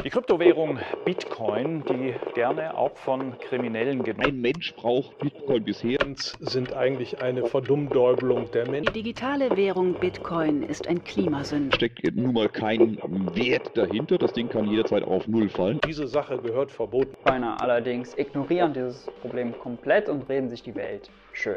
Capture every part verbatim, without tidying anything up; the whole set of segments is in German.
Die Kryptowährung Bitcoin, die gerne auch von Kriminellen genutzt Ein Mensch braucht Bitcoin bisher. Sind eigentlich eine Verdummdäubelung der Menschen. Die digitale Währung Bitcoin ist ein Klimasünder. Steckt nun mal kein Wert dahinter. Das Ding kann jederzeit auf Null fallen. Diese Sache gehört verboten. Bitcoiner allerdings ignorieren dieses Problem komplett und reden sich die Welt schön.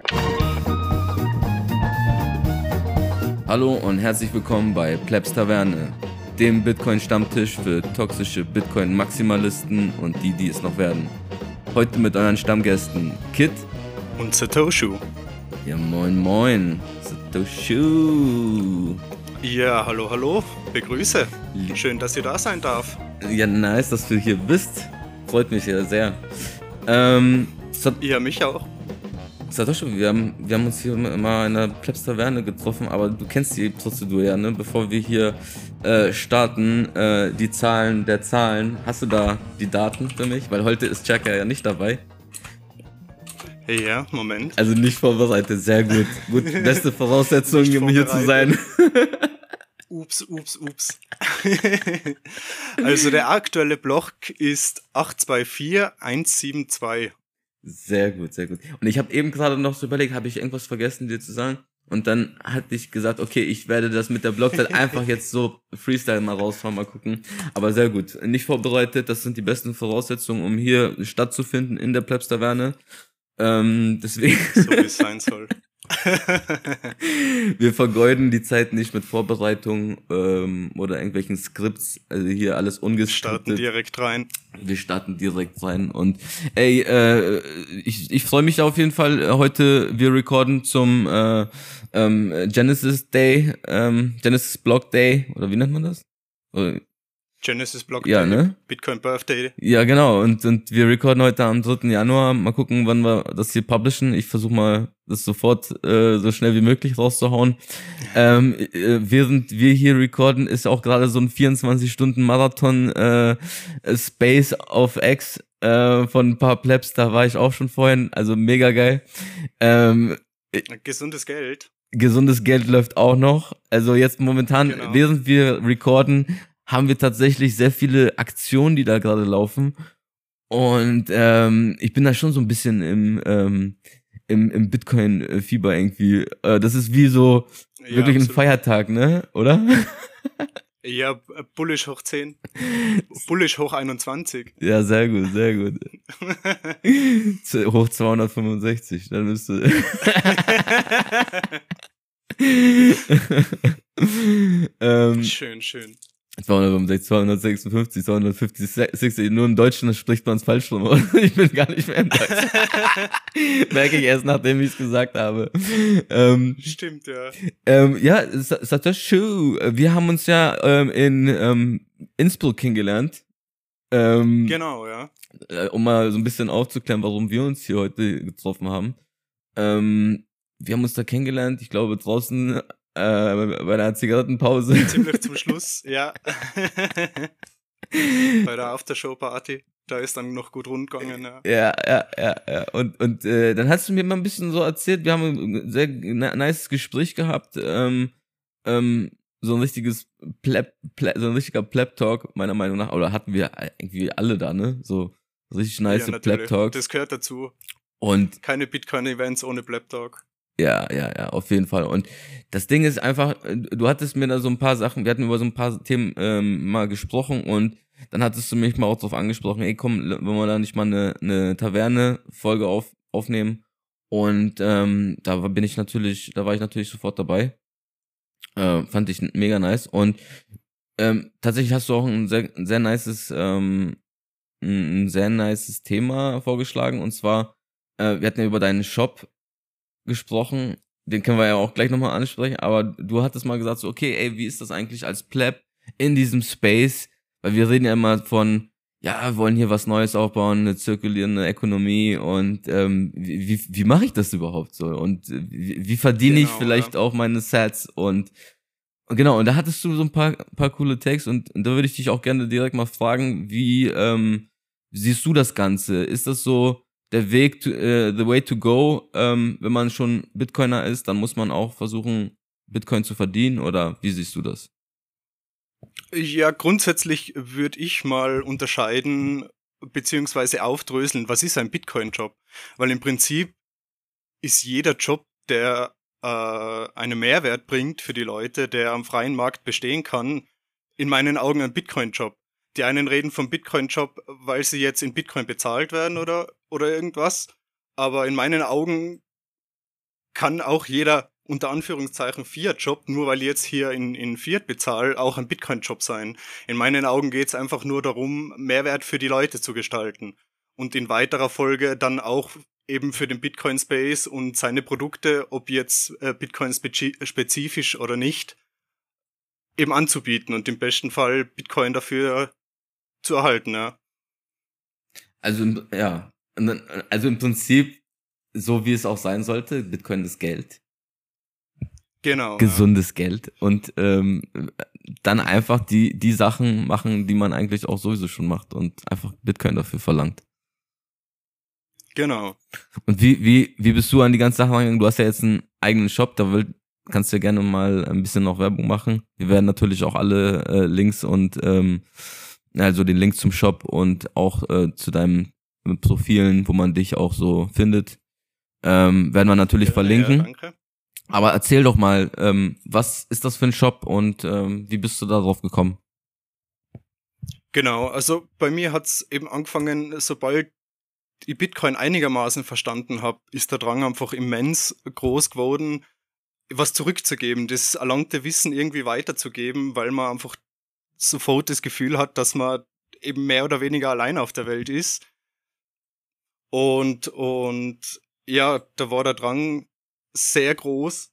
Hallo und herzlich willkommen bei Plebs Taverne, dem Bitcoin-Stammtisch für toxische Bitcoin-Maximalisten und die, die es noch werden. Heute mit euren Stammgästen Kit und Satoshu. Ja, moin moin, Satoshu. Ja, hallo, hallo, begrüße. Schön, dass ihr da sein darf. Ja, nice, dass du hier bist. Freut mich ja sehr. Ähm, Sat- Ja, mich auch. Satoshu, wir haben, wir haben uns hier mal in der Plebs Taverne getroffen, aber du kennst die Prozedur ja, ne? Bevor wir hier äh, starten, äh, die Zahlen der Zahlen. Hast du da die Daten für mich? Weil heute ist Chaka ja nicht dabei. Ja, Moment. Also nicht vorbereitet, sehr gut. Gut, beste Voraussetzungen, Nicht um hier zu sein. Ups, ups, ups. Also der aktuelle Block ist acht zwei vier eins sieben zwei. Sehr gut, sehr gut. Und ich habe eben gerade noch so überlegt, habe ich irgendwas vergessen, dir zu sagen? Und dann hatte ich gesagt, okay, ich werde das mit der Blockzeit einfach jetzt so Freestyle mal rausfahren, mal gucken. Aber sehr gut. Nicht vorbereitet, das sind die besten Voraussetzungen, um hier stattzufinden in der Plebs Taverne. Ähm, deswegen. So wie es sein soll. Wir vergeuden die Zeit nicht mit Vorbereitungen ähm, oder irgendwelchen Skripts. Also hier alles ungeskriptet. Starten direkt rein. Wir starten direkt rein. Und ey, äh, ich, ich freue mich auf jeden Fall. Heute, wir recorden zum äh, ähm, Genesis Day, ähm, Genesis Block Day, oder wie nennt man das? Oder, Genesis Block ja, Day, ne? Bitcoin Birthday. Ja, genau. Und, und wir recorden heute am dritten Januar. Mal gucken, wann wir das hier publishen. Ich versuche mal, das sofort äh, so schnell wie möglich rauszuhauen. Ähm, äh, während wir hier recorden, ist auch gerade so ein vierundzwanzig-Stunden-Marathon äh, Space auf X äh, von ein paar Plebs. Da war ich auch schon vorhin. Also mega geil. Ähm, Gesundes Geld. Gesundes Geld läuft auch noch. Also jetzt momentan, Genau. während wir recorden, haben wir tatsächlich sehr viele Aktionen, die da gerade laufen. Und ähm, ich bin da schon so ein bisschen im, ähm, im, im Bitcoin-Fieber irgendwie. Äh, das ist wie so Ja, wirklich ein absolut. Feiertag, ne? Oder? Ja, Bullish hoch zehn. Bullish hoch einundzwanzig. Ja, sehr gut, sehr gut. Z- Hoch zweihundertfünfundsechzig, dann bist du... ähm, Schön, schön. zweihundertfünfundsechzig, zweihundertsechsundfünfzig, zweihundertfünfzig, nur in Deutschen spricht man es falsch rum. Ich bin gar nicht mehr im Deutsch. Merke ich erst, nachdem ich es gesagt habe. Ähm, Stimmt, ja. ähm, ja, Sa- Satoshu, wir haben uns ja ähm, in ähm, Innsbruck kennengelernt. Ähm, Genau, ja. äh, um mal so ein bisschen aufzuklären, warum wir uns hier heute getroffen haben. Ähm, wir haben uns da kennengelernt, ich glaube draußen äh, bei einer Zigarettenpause. Ziemlich zum Schluss, ja. Bei der Aftershow-Party. Da ist dann noch gut rund gegangen, ja. Ja, ja, ja, ja. Und, und äh, dann hast du mir mal ein bisschen so erzählt, wir haben ein sehr na- nices Gespräch gehabt, ähm, ähm, so ein richtiges Pleb, Pleb, so ein richtiger Pleb-Talk, meiner Meinung nach, oder hatten wir irgendwie alle da, ne? So richtig nice Ja, natürlich. Pleb-Talks. Das gehört dazu. Und Keine Bitcoin-Events ohne Blab Talk. ja, ja, ja, auf jeden Fall. Und das Ding ist einfach, äh, du hattest mir da so ein paar Sachen, wir hatten über so ein paar Themen ähm, mal gesprochen und dann hattest du mich mal auch drauf angesprochen, ey komm, wollen wir da nicht mal eine, eine Taverne-Folge auf, aufnehmen? Und ähm, da war- bin ich natürlich, da war ich natürlich sofort dabei. Äh, fand ich mega nice. Und ähm, tatsächlich hast du auch ein sehr, ein sehr nices, ähm, ein ein sehr nices Thema vorgeschlagen. Und zwar, äh, wir hatten ja über deinen Shop gesprochen, den können wir ja auch gleich nochmal ansprechen, aber du hattest mal gesagt so, okay, ey, wie ist das eigentlich als Pleb in diesem Space? Weil wir reden ja immer von, ja, wir wollen hier was Neues aufbauen, eine zirkulierende Ökonomie und ähm, wie, wie, wie mache ich das überhaupt so? Und äh, wie, wie verdiene ich Genau, vielleicht ja. auch meine Sets und und genau, und da hattest du so ein paar, paar coole Tags und, und da würde ich dich auch gerne direkt mal fragen, wie ähm, siehst du das Ganze? Ist das so der Weg, to, äh, the way to go, ähm, wenn man schon Bitcoiner ist, dann muss man auch versuchen, Bitcoin zu verdienen oder wie siehst du das? Ja, grundsätzlich würde ich mal unterscheiden beziehungsweise aufdröseln, was ist ein Bitcoin-Job? Weil im Prinzip ist jeder Job, der äh, einen Mehrwert bringt für die Leute, der am freien Markt bestehen kann, in meinen Augen ein Bitcoin-Job. Die einen reden vom Bitcoin-Job, weil sie jetzt in Bitcoin bezahlt werden oder, oder irgendwas. Aber in meinen Augen kann auch jeder unter Anführungszeichen Fiat-Job, nur weil ich jetzt hier in, in Fiat bezahle, auch ein Bitcoin-Job sein. In meinen Augen geht es einfach nur darum, Mehrwert für die Leute zu gestalten. Und in weiterer Folge dann auch eben für den Bitcoin-Space und seine Produkte, ob jetzt äh, Bitcoin-spezifisch oder nicht, eben anzubieten und im besten Fall Bitcoin dafür zu erhalten, ja. Also, im- ja, Und dann- also im Prinzip, so wie es auch sein sollte, Bitcoin ist Geld. Genau. Gesundes Geld und ähm, dann einfach die die Sachen machen, die man eigentlich auch sowieso schon macht und einfach Bitcoin dafür verlangt. Ja. Genau. Und wie wie wie bist du an die ganze Sache rangegangen? Du hast ja jetzt einen eigenen Shop, da will, kannst du ja gerne mal ein bisschen noch Werbung machen. Wir werden natürlich auch alle äh, Links und ähm, also den Link zum Shop und auch äh, zu deinen Profilen, wo man dich auch so findet, ähm, werden wir natürlich Ja, verlinken. Ja, danke. Aber erzähl doch mal, ähm, was ist das für ein Shop und ähm, wie bist du da drauf gekommen? Genau, also bei mir hat's eben angefangen, sobald ich Bitcoin einigermaßen verstanden habe, ist der Drang einfach immens groß geworden, was zurückzugeben, das erlangte Wissen irgendwie weiterzugeben, weil man einfach sofort das Gefühl hat, dass man eben mehr oder weniger allein auf der Welt ist. Und, und ja, da war der Drang sehr groß.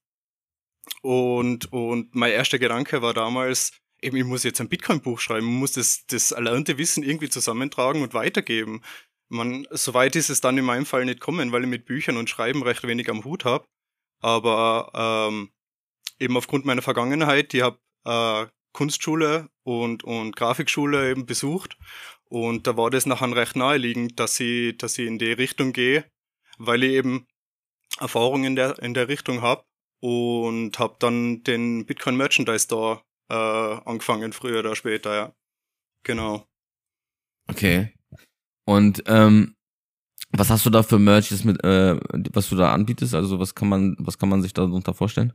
Und, und mein erster Gedanke war damals, eben, ich muss jetzt ein Bitcoin-Buch schreiben, ich muss das, das erlernte Wissen irgendwie zusammentragen und weitergeben. Man, soweit ist es dann in meinem Fall nicht kommen, weil ich mit Büchern und Schreiben recht wenig am Hut habe. Aber ähm, eben aufgrund meiner Vergangenheit, ich habe äh, Kunstschule und, und Grafikschule eben besucht. Und da war das nachher recht naheliegend, dass ich, dass ich in die Richtung gehe, weil ich eben Erfahrung in der, in der Richtung habe. Und habe dann den Bitcoin Merchandise Store äh, angefangen, früher oder später, ja. Genau. Okay. Und ähm, was hast du da für Merches mit, äh, was du da anbietest? Also was kann man, was kann man sich da darunter vorstellen?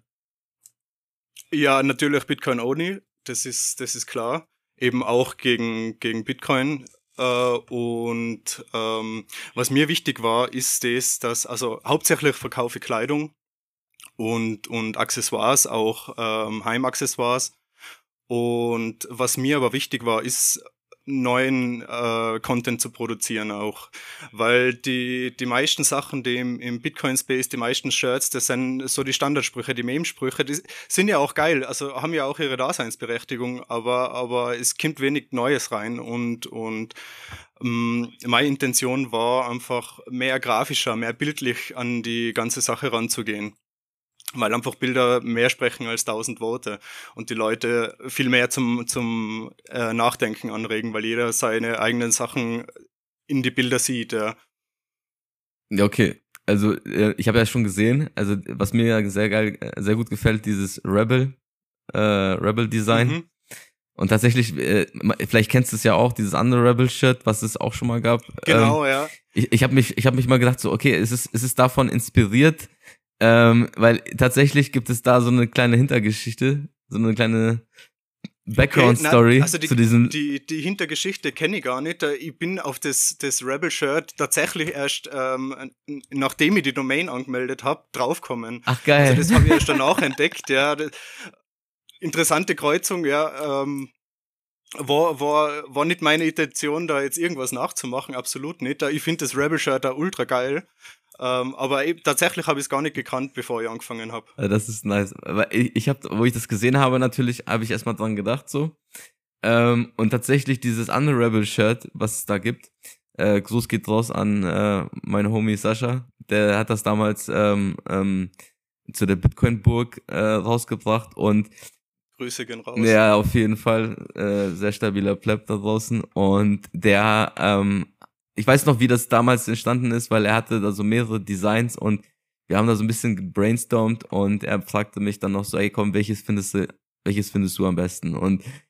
Ja, natürlich Bitcoin only, das ist, das ist klar. Eben auch gegen, gegen Bitcoin. Äh, und ähm, was mir wichtig war, ist das, dass, also hauptsächlich verkaufe ich Kleidung und, und Accessoires, auch ähm, Heimaccessoires. Und was mir aber wichtig war, ist neuen äh, Content zu produzieren auch. Weil die die meisten Sachen, die im, im Bitcoin-Space, die meisten Shirts, das sind so die Standardsprüche, die Meme-Sprüche, die sind ja auch geil, also haben ja auch ihre Daseinsberechtigung, aber aber es kommt wenig Neues rein und und ähm, meine Intention war einfach mehr grafischer, mehr bildlich an die ganze Sache ranzugehen. Weil einfach Bilder mehr sprechen als tausend Worte und die Leute viel mehr zum zum äh, Nachdenken anregen, weil jeder seine eigenen Sachen in die Bilder sieht. Ja, Ja, okay. Also äh, ich habe ja schon gesehen, also was mir ja sehr geil, äh, sehr gut gefällt, dieses Rebel, äh, Rebel Design. Mhm. Und tatsächlich, äh, vielleicht kennst du es ja auch, dieses andere Rebel-Shirt, was es auch schon mal gab. Genau, ähm, ja. Ich, ich habe mich, ich habe mich mal gedacht, so, okay, ist es, ist es davon inspiriert? Ähm, weil tatsächlich gibt es da so eine kleine Hintergeschichte, so eine kleine Background-Story Okay, na, also die, zu diesem. die, die Hintergeschichte kenne ich gar nicht. Ich bin auf das, das Rebel-Shirt tatsächlich erst, ähm, nachdem ich die Domain angemeldet habe, draufgekommen. Ach geil. Also das habe ich erst danach entdeckt, ja. Das, interessante Kreuzung, ja. Ähm, war, war, war nicht meine Intention, da jetzt irgendwas nachzumachen, absolut nicht. Ich finde das Rebel-Shirt da ultra geil. Ähm, aber eben, tatsächlich habe ich es gar nicht gekannt, bevor ich angefangen habe. Das ist nice. Aber ich, ich habe, wo ich das gesehen habe, natürlich, habe ich erstmal dran gedacht, so. Ähm, und tatsächlich dieses andere Rebel-Shirt, was es da gibt, äh, Gruß geht raus an äh, meine Homie Sascha, der hat das damals ähm, ähm, zu der Bitcoin-Burg äh, rausgebracht und Grüße gehen raus. ja, auf jeden Fall, äh, sehr stabiler Pleb da draußen und der, ähm, ich weiß noch, wie das damals entstanden ist, weil er hatte da so mehrere Designs und wir haben da so ein bisschen gebrainstormt und er fragte mich dann noch so, ey komm, welches findest du, welches findest du am besten? Und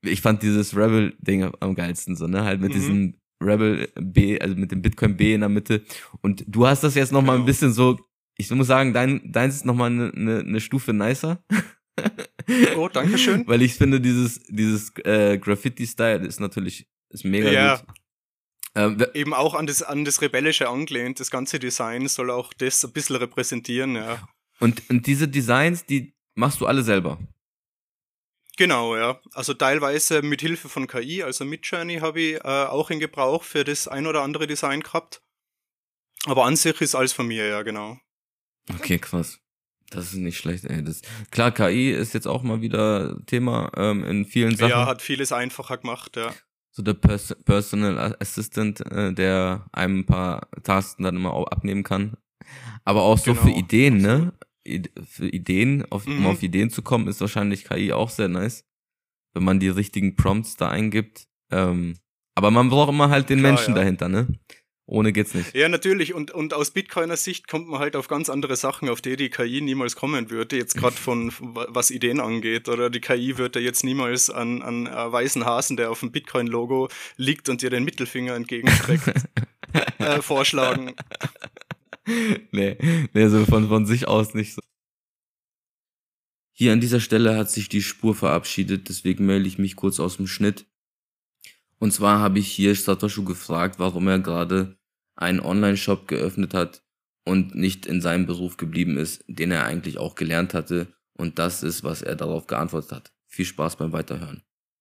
ich fand dieses Rebel-Ding am geilsten, so, ne? Halt mit Mhm. diesem Rebel B, also mit dem Bitcoin B in der Mitte. Und du hast das jetzt nochmal Genau. ein bisschen so, ich muss sagen, dein, deins ist nochmal eine ne, ne Stufe nicer. Oh, danke schön. Weil ich finde, dieses, dieses äh, Graffiti-Style ist natürlich ist mega Ja. gut. Ähm, wer- Eben auch an das, an das Rebellische angelehnt. Das ganze Design soll auch das ein bisschen repräsentieren, ja. und, und diese Designs, die machst du alle selber. Genau, ja. Also teilweise mit Hilfe von K I, also Midjourney habe ich äh, auch in Gebrauch für das ein oder andere Design gehabt. Aber an sich ist alles von mir, ja, genau. Okay, krass. Das ist nicht schlecht, ey. Das, klar, K I ist jetzt auch mal wieder Thema ähm, in vielen Sachen. Ja, hat vieles einfacher gemacht, ja. So der Pers Personal Assistant, äh, der einem ein paar Tasks dann immer auch abnehmen kann. Aber auch so Genau. für Ideen, ne? Ide für Ideen, auf, um Mhm. auf Ideen zu kommen, ist wahrscheinlich K I auch sehr nice. Wenn man die richtigen Prompts da eingibt. Ähm, aber man braucht immer halt den Klar, Menschen ja. dahinter, ne? Ohne geht's nicht. Ja, natürlich. Und, und aus Bitcoiner Sicht kommt man halt auf ganz andere Sachen, auf die die K I niemals kommen würde. Jetzt gerade von, was Ideen angeht. Oder die K I würde jetzt niemals an, an einen weißen Hasen, der auf dem Bitcoin-Logo liegt und dir den Mittelfinger entgegenstreckt, äh, vorschlagen. nee, nee, so von, von sich aus nicht so. Hier an dieser Stelle hat sich die Spur verabschiedet, deswegen melde ich mich kurz aus dem Schnitt. Und zwar habe ich hier Satoshi gefragt, warum er gerade einen Online-Shop geöffnet hat und nicht in seinem Beruf geblieben ist, den er eigentlich auch gelernt hatte. Und das ist, was er darauf geantwortet hat. Viel Spaß beim Weiterhören.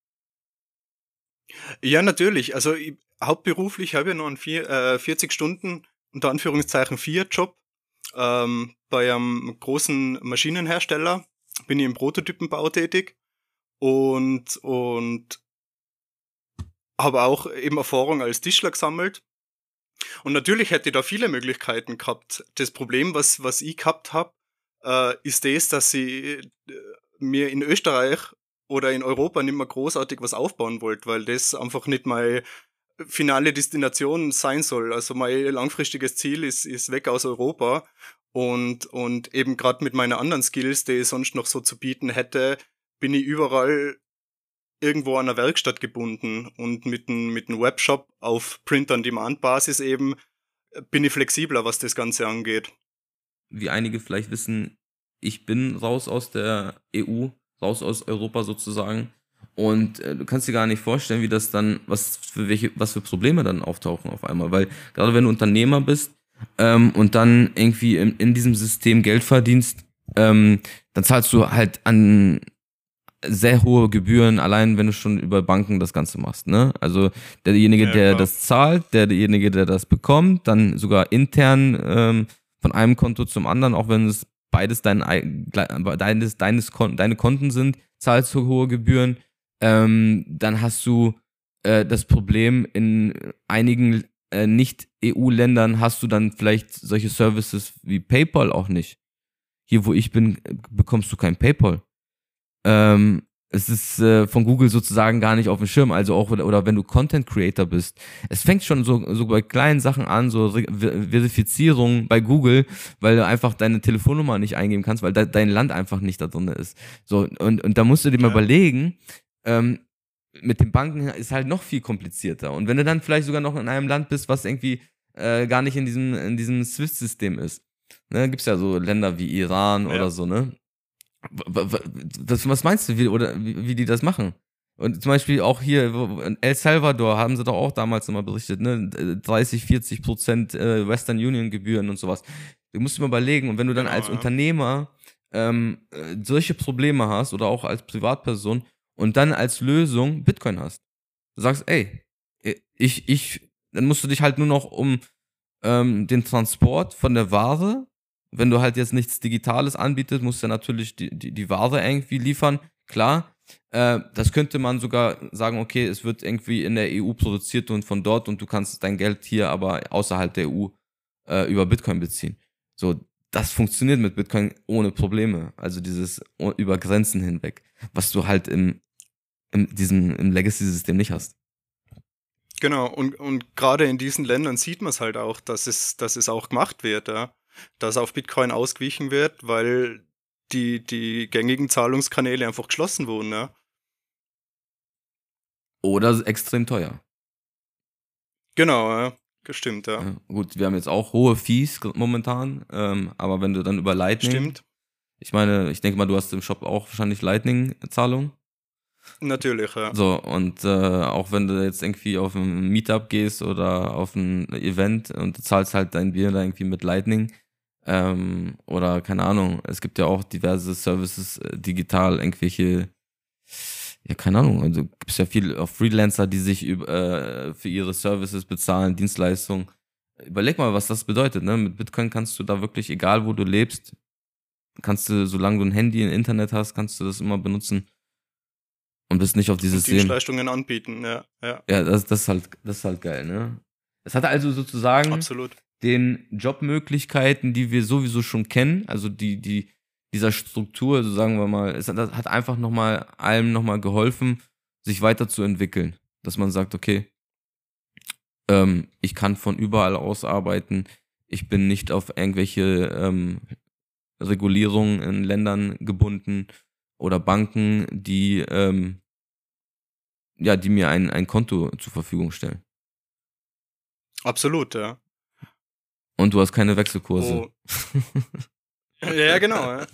Ja, natürlich. Also ich, hauptberuflich habe ich noch einen vier, äh, vierzig Stunden, unter Anführungszeichen vier Job. Ähm, bei einem großen Maschinenhersteller bin ich im Prototypenbau tätig und, und habe auch eben Erfahrung als Tischler gesammelt. Und natürlich hätte ich da viele Möglichkeiten gehabt. Das Problem, was, was ich gehabt habe, äh, ist das, dass ich äh, mir in Österreich oder in Europa nicht mehr großartig was aufbauen wollte, weil das einfach nicht meine finale Destination sein soll. Also mein langfristiges Ziel ist, ist weg aus Europa und, und eben gerade mit meinen anderen Skills, die ich sonst noch so zu bieten hätte, bin ich überall irgendwo an einer Werkstatt gebunden und mit einem mit einem Webshop auf Print-on-Demand-Basis eben bin ich flexibler, was das Ganze angeht. Wie einige vielleicht wissen, ich bin raus aus der E U, raus aus Europa sozusagen. Und äh, du kannst dir gar nicht vorstellen, wie das dann, was für welche, was für Probleme dann auftauchen auf einmal. Weil gerade wenn du Unternehmer bist ähm, und dann irgendwie in, in diesem System Geld verdienst, ähm, dann zahlst du halt an sehr hohe Gebühren, allein wenn du schon über Banken das Ganze machst, ne? Also derjenige, Ja, der klar. das zahlt, der, derjenige, der das bekommt, dann sogar intern ähm, von einem Konto zum anderen, auch wenn es beides dein, ei- gle- deines, deines Kon deine Konten sind, zahlst du hohe Gebühren. Ähm, dann hast du äh, das Problem, in einigen äh, Nicht-E U-Ländern hast du dann vielleicht solche Services wie PayPal auch nicht. Hier, wo ich bin, äh, bekommst du kein PayPal. Ähm, es ist äh, von Google sozusagen gar nicht auf dem Schirm, also auch, oder, oder wenn du Content Creator bist. Es fängt schon so, so bei kleinen Sachen an, so Re Ver Verifizierung bei Google, weil du einfach deine Telefonnummer nicht eingeben kannst, weil de dein Land einfach nicht da drin ist. So, und, und da musst du dir mal Ja. überlegen, ähm, mit den Banken ist halt noch viel komplizierter. Und wenn du dann vielleicht sogar noch in einem Land bist, was irgendwie äh, gar nicht in diesem, in diesem SWIFT-System ist. Ne, gibt's ja so Länder wie Iran Ja. oder so, ne? Das, was meinst du, wie, oder wie, wie die das machen? Und zum Beispiel auch hier wo- in El Salvador haben sie doch auch damals immer berichtet, ne? dreißig, vierzig Prozent äh, Western Union Gebühren und sowas. Du musst dir mal überlegen, und wenn du dann Genau, als ja. Unternehmer ähm, äh, solche Probleme hast oder auch als Privatperson und dann als Lösung Bitcoin hast, du sagst, ey, ich, ich, dann musst du dich halt nur noch um ähm, den Transport von der Ware, wenn du halt jetzt nichts Digitales anbietest, musst du ja natürlich die, die, die Ware irgendwie liefern, klar. Äh, das könnte man sogar sagen, okay, es wird irgendwie in der E U produziert und von dort und du kannst dein Geld hier aber außerhalb der E U äh, über Bitcoin beziehen. So, das funktioniert mit Bitcoin ohne Probleme. Also dieses o- über Grenzen hinweg, was du halt im, im, diesem, im Legacy-System nicht hast. Genau, und, und gerade in diesen Ländern sieht man es halt auch, dass es, dass es auch gemacht wird, ja. Dass auf Bitcoin ausgewichen wird, weil die, die gängigen Zahlungskanäle einfach geschlossen wurden, ja. Oder extrem teuer. Genau, ja. Gestimmt, ja. Ja, gut, wir haben jetzt auch hohe Fees momentan, ähm, aber wenn du dann über Lightning. Stimmt. Ich meine, ich denke mal, du hast im Shop auch wahrscheinlich Lightning-Zahlung. Natürlich, ja. So, und äh, auch wenn du jetzt irgendwie auf ein Meetup gehst oder auf ein Event und du zahlst halt dein Bier da irgendwie mit Lightning, ähm, oder keine Ahnung, es gibt ja auch diverse Services äh, digital, irgendwelche, ja, keine Ahnung, also gibt es ja viele auch Freelancer, die sich über, äh, für ihre Services bezahlen, Dienstleistungen. Überleg mal, was das bedeutet, ne? Mit Bitcoin kannst du da wirklich, egal wo du lebst, kannst du, solange du ein Handy, ein Internet hast, kannst du das immer benutzen und bist nicht auf dieses Und Dienstleistungen anbieten, ja. Ja, Ja, das, das, ist halt, das ist halt geil, ne? Es hat also sozusagen absolut. den Jobmöglichkeiten, die wir sowieso schon kennen, also die, die, dieser Struktur, also sagen wir mal, es hat, das hat einfach nochmal allem nochmal geholfen, sich weiterzuentwickeln. Dass man sagt, okay, ähm, ich kann von überall aus arbeiten, ich bin nicht auf irgendwelche ähm, Regulierungen in Ländern gebunden oder Banken, die, ähm, ja, die mir ein, ein Konto zur Verfügung stellen. Absolut, ja. Und du hast keine Wechselkurse. Oh. Ja, ja, genau. Ja.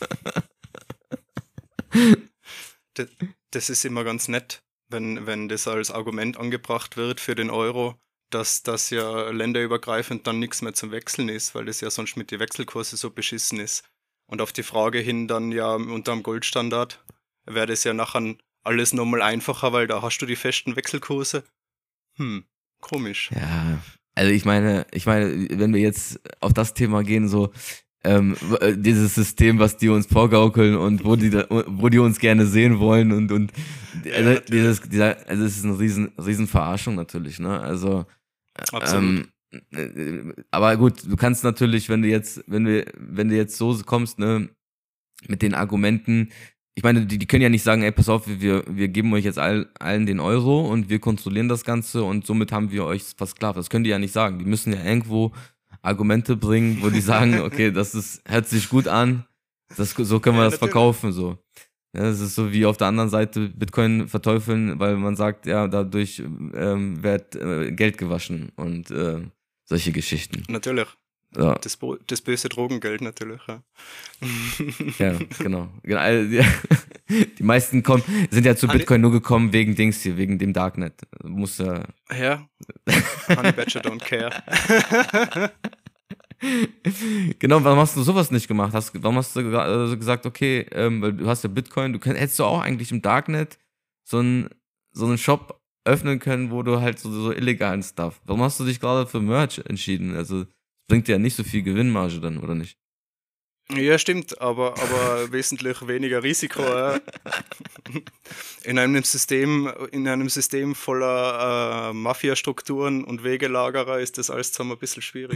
Das, das ist immer ganz nett, wenn, wenn das als Argument angebracht wird für den Euro, dass das ja länderübergreifend dann nichts mehr zum Wechseln ist, weil das ja sonst mit den Wechselkursen so beschissen ist. Und auf die Frage hin dann ja unter dem Goldstandard wäre das ja nachher alles nochmal einfacher, weil da hast du die festen Wechselkurse. Hm, komisch. Ja, also ich meine, ich meine, wenn wir jetzt auf das Thema gehen, so ähm, dieses System, was die uns vorgaukeln und wo die da, wo die uns gerne sehen wollen und und also Ja, dieses, dieser, also es ist eine riesen riesen Verarschung natürlich, ne? Also Absolut. ähm, aber gut, du kannst natürlich, wenn du jetzt, wenn du, wenn du jetzt so kommst, ne, mit den Argumenten, ich meine, die, die können ja nicht sagen, ey, pass auf, wir, wir geben euch jetzt all, allen den Euro und wir kontrollieren das Ganze und somit haben wir euch versklavt. Das können die ja nicht sagen. Die müssen ja irgendwo Argumente bringen, wo die sagen, okay, das ist, hört sich gut an, das, so können wir Ja, das natürlich. verkaufen, so. Ja, das ist so wie auf der anderen Seite Bitcoin verteufeln, weil man sagt, ja, dadurch ähm, wird äh, Geld gewaschen und äh, solche Geschichten. Natürlich. Ja, Das, Bo- das böse Drogengeld natürlich, ja. ja genau. genau. Also, die, die meisten kommen, sind ja zu Alle- Bitcoin nur gekommen wegen Dings hier, wegen dem Darknet. Muss ja. Ja. Honey Badger don't care. Genau, warum hast du sowas nicht gemacht? Hast, warum hast du gra- äh, gesagt, okay, ähm, weil du hast ja Bitcoin, du könnt, hättest du auch eigentlich im Darknet so einen so einen Shop öffnen können, wo du halt so, so illegalen Stuff. Warum hast du dich gerade für Merch entschieden? Also es bringt dir ja nicht so viel Gewinnmarge dann, oder nicht? Ja, stimmt, aber, aber wesentlich weniger Risiko. Ja. In einem System, in einem System voller äh, Mafia-Strukturen und Wegelagerer ist das alles zusammen ein bisschen schwierig.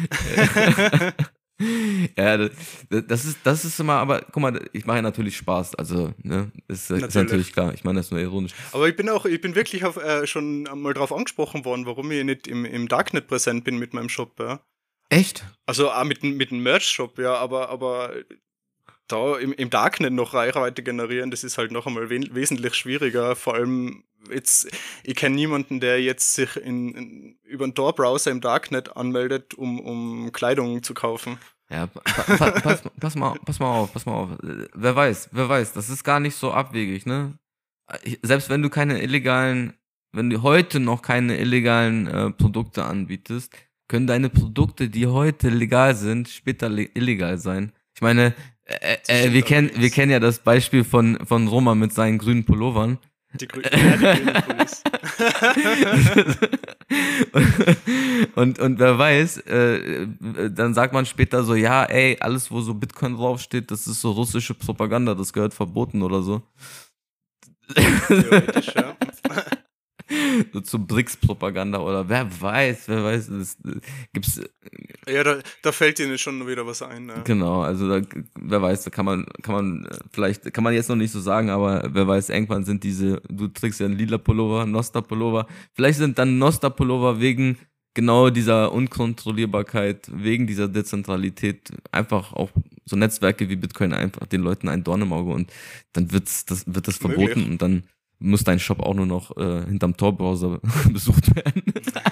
Ja, das, das ist, das ist immer, aber guck mal, ich mache ja natürlich Spaß, also, ne, ist, ist Natürlich. natürlich klar, ich meine das nur ironisch. Aber ich bin auch, ich bin wirklich auf, äh, schon mal drauf angesprochen worden, warum ich nicht im, im Darknet präsent bin mit meinem Shop, ja. Echt? Also auch mit, dem- mit dem Merch-Shop, ja, aber, aber da im, im Darknet noch Reichweite generieren, das ist halt noch einmal we wesentlich schwieriger. Vor allem jetzt, ich kenne niemanden, der jetzt sich in, in, über einen Tor-Browser im Darknet anmeldet, um, um Kleidung zu kaufen. Ja, pa pa pass, pass, mal, pass mal auf, pass mal auf. Äh, Wer weiß, wer weiß, das ist gar nicht so abwegig, ne? Ich- Selbst wenn du keine illegalen, wenn du heute noch keine illegalen äh, Produkte anbietest, können deine Produkte, die heute legal sind, später le- illegal sein. Ich meine, äh, Das äh, stimmt wir kennen, allerdings. wir kennen ja das Beispiel von, von Roma mit seinen grünen Pullovern. Die, Grü ja, die grüne Police. und, und wer weiß, äh, dann sagt man später so, ja, ey, alles, wo so Bitcoin draufsteht, das ist so russische Propaganda, das gehört verboten oder so. Theoretisch, ja. So zu B R I C S-Propaganda oder wer weiß, wer weiß, das, äh, gibt's, Ja, da, da fällt Ihnen schon wieder was ein. Ja. genau, also da, wer weiß, da kann man, kann man, äh, vielleicht, kann man jetzt noch nicht so sagen, aber wer weiß, irgendwann sind diese, du trägst ja einen lila Pullover, Noster-Pullover, vielleicht sind dann Noster-Pullover wegen genau dieser Unkontrollierbarkeit, wegen dieser Dezentralität, einfach auch so Netzwerke wie Bitcoin einfach den Leuten ein Dorn im Auge und dann wird's, das, wird das verboten Möglich. und dann muss dein Shop auch nur noch äh, hinterm Tor-Browser besucht werden.